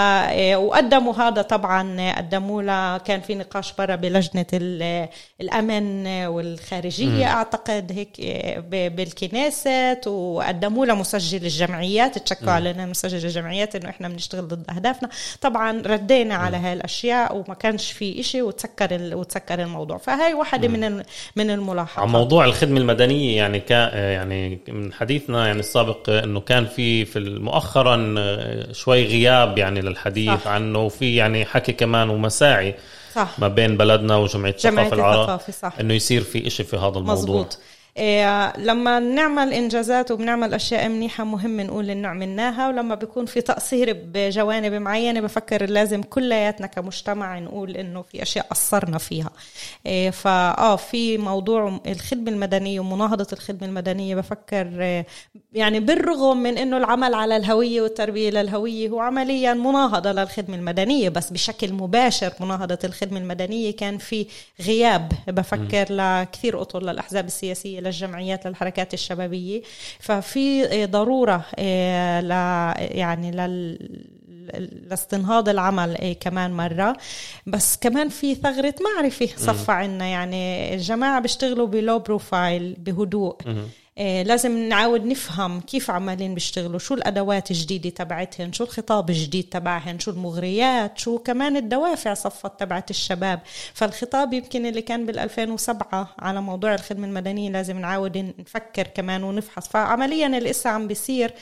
وقدموا هذا طبعا قدموا له كان في نقاش برا بلجنة الأمن والخارجية أعتقد هيك بالكنيسة الكنيست وقدموا له مسجل الجمعيات، تشكوا علينا مسجل الجمعيات إنه إحنا بنشتغل ضد أهدافنا. طبعا ردينا م. على هاي الأشياء وما كانش في إشي وتسكر وتسكر الموضوع. فهاي واحدة م. من من الملاحظات. عن موضوع الخدمة المدنية يعني كا يعني من حديثنا يعني السابق إنه كان في في مؤخرا شوي غياب يعني للحديث صح. عنه، وفي يعني حكي كمان ومساعي صح. ما بين بلدنا وجمعية الثقافة العربية إنه يصير في إشي في هذا الموضوع. مزبوط. إيه لما نعمل إنجازات وبنعمل أشياء منيحة مهم نقول إنه عملناها، ولما بيكون في تقصير بجوانب معينة بفكر لازم كلياتنا كمجتمع نقول إنه في أشياء قصرنا فيها. إيه فآه في موضوع الخدمة المدنية ومناهضة الخدمة المدنية بفكر إيه يعني بالرغم من إنه العمل على الهوية والتربية للهوية هو عمليا مناهضة للخدمة المدنية، بس بشكل مباشر مناهضة الخدمة المدنية كان في غياب بفكر م. لكثير أطر للأحزاب السياسية للجمعيات للحركات الشبابية. ففي ضرورة ل يعني لاستنهاض العمل كمان مرة، بس كمان في ثغرة معرفة صفى عنا. يعني الجماعة بيشتغلوا بلو بروفايل بهدوء، لازم نعاود نفهم كيف عمالين بيشتغلوا، شو الأدوات الجديدة تبعتهن، شو الخطاب الجديد تبعهن، شو المغريات، شو كمان الدوافع صفت تبعت الشباب. فالخطاب يمكن اللي كان بالألفين وسبعة على موضوع الخدمة المدنية لازم نعاود نفكر كمان ونفحص. فعمليا اللي إسا عم بيصير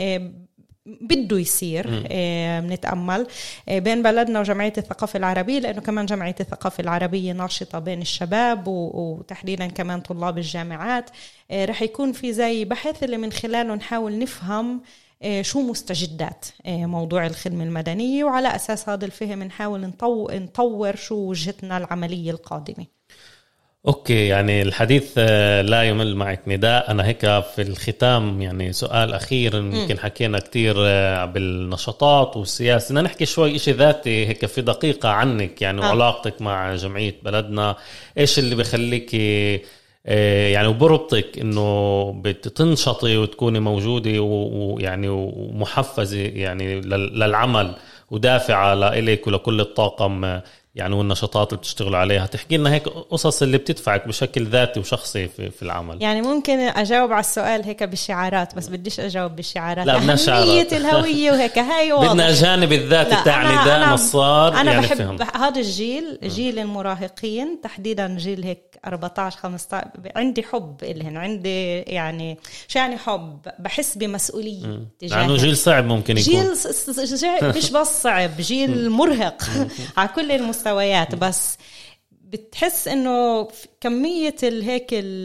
بده يصير بنتأمل بين بلدنا وجمعية الثقافة العربية، لأنه كمان جمعية الثقافة العربية ناشطة بين الشباب وتحديدا كمان طلاب الجامعات. رح يكون في زي بحث اللي من خلاله نحاول نفهم شو مستجدات موضوع الخدمة المدنية، وعلى أساس هذا الفهم نحاول نطور شو وجهتنا العملية القادمة. أوكي، يعني الحديث لا يمل معك نداء. أنا هيك في الختام يعني سؤال أخير، يمكن حكينا كتير بالنشاطات والسياسة، بدنا نحكي شوي إشي ذاتي هيك في دقيقة عنك يعني آه. وعلاقتك مع جمعية بلدنا. إيش اللي بيخليك يعني وبربطك إنه بتنشطي وتكوني موجودة ويعني ومحفزة يعني للعمل ودافعة لإليك ولكل الطاقم يعني والنشاطات اللي بتشتغلوا عليها؟ تحكي لنا هيك قصص اللي بتدفعك بشكل ذاتي وشخصي في, في العمل. يعني ممكن أجاوب على السؤال هيك بالشعارات، بس بديش أجاوب بالشعارات. لا بدنا شعارات. الهوية وهيك هاي واضح. بدنا جانب الذاتي تاع نداء نصار. أنا يعني بحب فهم. هذا الجيل، جيل المراهقين تحديدا، جيل هيك أربعة عشر خمسة عشر. عندي حب إلهن، عندي يعني شو يعني حب، بحس بمسؤولية تجاههم. يعني جيل صعب ممكن يكون. جيل مش بس صعب، جيل مرهق على كل المستويات، بس بتحس انه كمية الهيك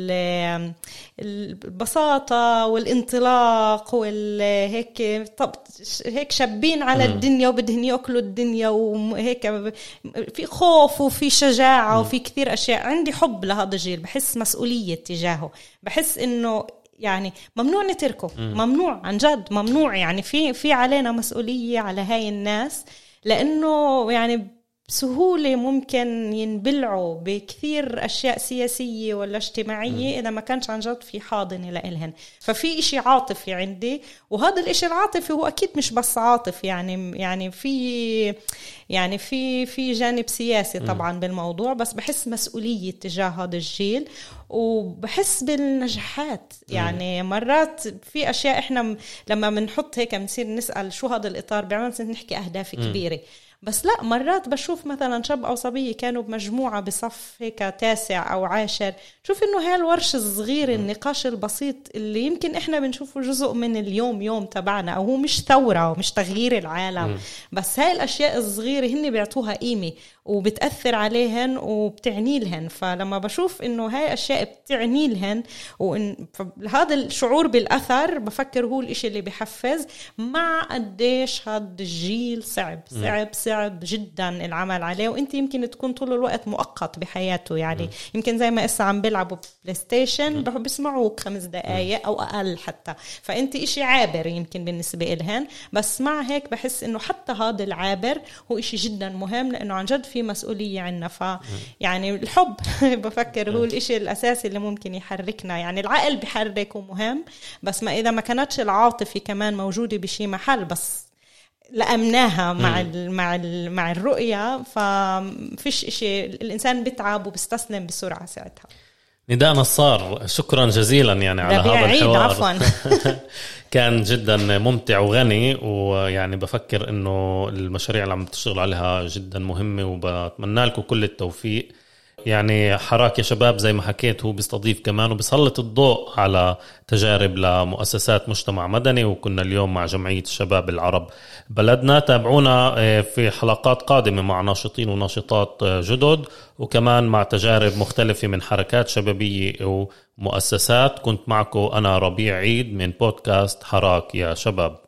البساطة والانطلاق والهيك طب هيك شابين على الدنيا وبدهن يأكلوا الدنيا، وهيك في خوف وفي شجاعة وفي كثير أشياء. عندي حب لهذا الجيل، بحس مسؤولية تجاهه، بحس انه يعني ممنوع نتركه، ممنوع عن جد ممنوع. يعني في في علينا مسؤولية على هاي الناس، لأنه يعني بسهولة ممكن ينبلعوا بكثير أشياء سياسية ولا اجتماعية إذا ما كانش عن جد في حاضنة لإلهن. ففي إشي عاطفي عندي، وهذا الإشي العاطفي هو أكيد مش بس عاطف، يعني يعني في يعني في في جانب سياسي طبعا بالموضوع، بس بحس مسؤولية تجاه هذا الجيل، وبحس بالنجاحات. يعني مرات في أشياء إحنا لما بنحط هيك بنصير نسأل شو هذا الإطار، بيعمل نحكي أهداف كبيرة، بس لا مرات بشوف مثلا شاب أو صبية كانوا بمجموعة بصف هيك تاسع أو عاشر، شوف إنه هاي الورش الصغير، النقاش البسيط اللي يمكن إحنا بنشوفه جزء من اليوم يوم تبعنا، أو هو مش ثورة ومش تغيير العالم، م. بس هاي الأشياء الصغيرة هن بيعطوها قيمة وبتأثر عليهن وبتعني لهن. فلما بشوف إنه هاي أشياء بتعني لهن وإن هذا الشعور بالأثر، بفكر هو الإشي اللي بيحفز. مع قديش هذا الجيل صعب صعب صعب جدا العمل عليه، وإنت يمكن تكون طول الوقت مؤقت بحياته. يعني م. يمكن زي ما إسا عم بيلعبوا بلاي ستيشن بحب بيسمعوك خمس دقايق أو أقل حتى، فأنت إشي عابر يمكن بالنسبة إلهن. بس مع هيك بحس إنه حتى هذا العابر هو إشي جدا مهم، لأنه عن جد في مسؤولية عنا. ف يعني الحب بفكر هو الإشي الأساسي اللي ممكن يحركنا. يعني العقل بيحرك ومهم، بس ما إذا ما كانتش العاطفة كمان موجودة بشي محل، بس لأمناها مع ال مع ال مع الرؤية، ففيش إشي، الإنسان بيتعب وبيستسلم بسرعة ساعتها. نداء نصار، شكرا جزيلا يعني على هذا الحوار. عفوا. كان جدا ممتع وغني، ويعني بفكر انه المشاريع اللي عم تشتغل عليها جدا مهمة، وبتمنى لكم كل التوفيق. يعني حراك يا شباب زي ما حكيت هو بيستضيف كمان وبيسلط الضوء على تجارب لمؤسسات مجتمع مدني، وكنا اليوم مع جمعية الشباب العرب بلدنا. تابعونا في حلقات قادمة مع ناشطين وناشطات جدد، وكمان مع تجارب مختلفة من حركات شبابية ومؤسسات. كنت معكم أنا ربيع عيد من بودكاست حراك يا شباب.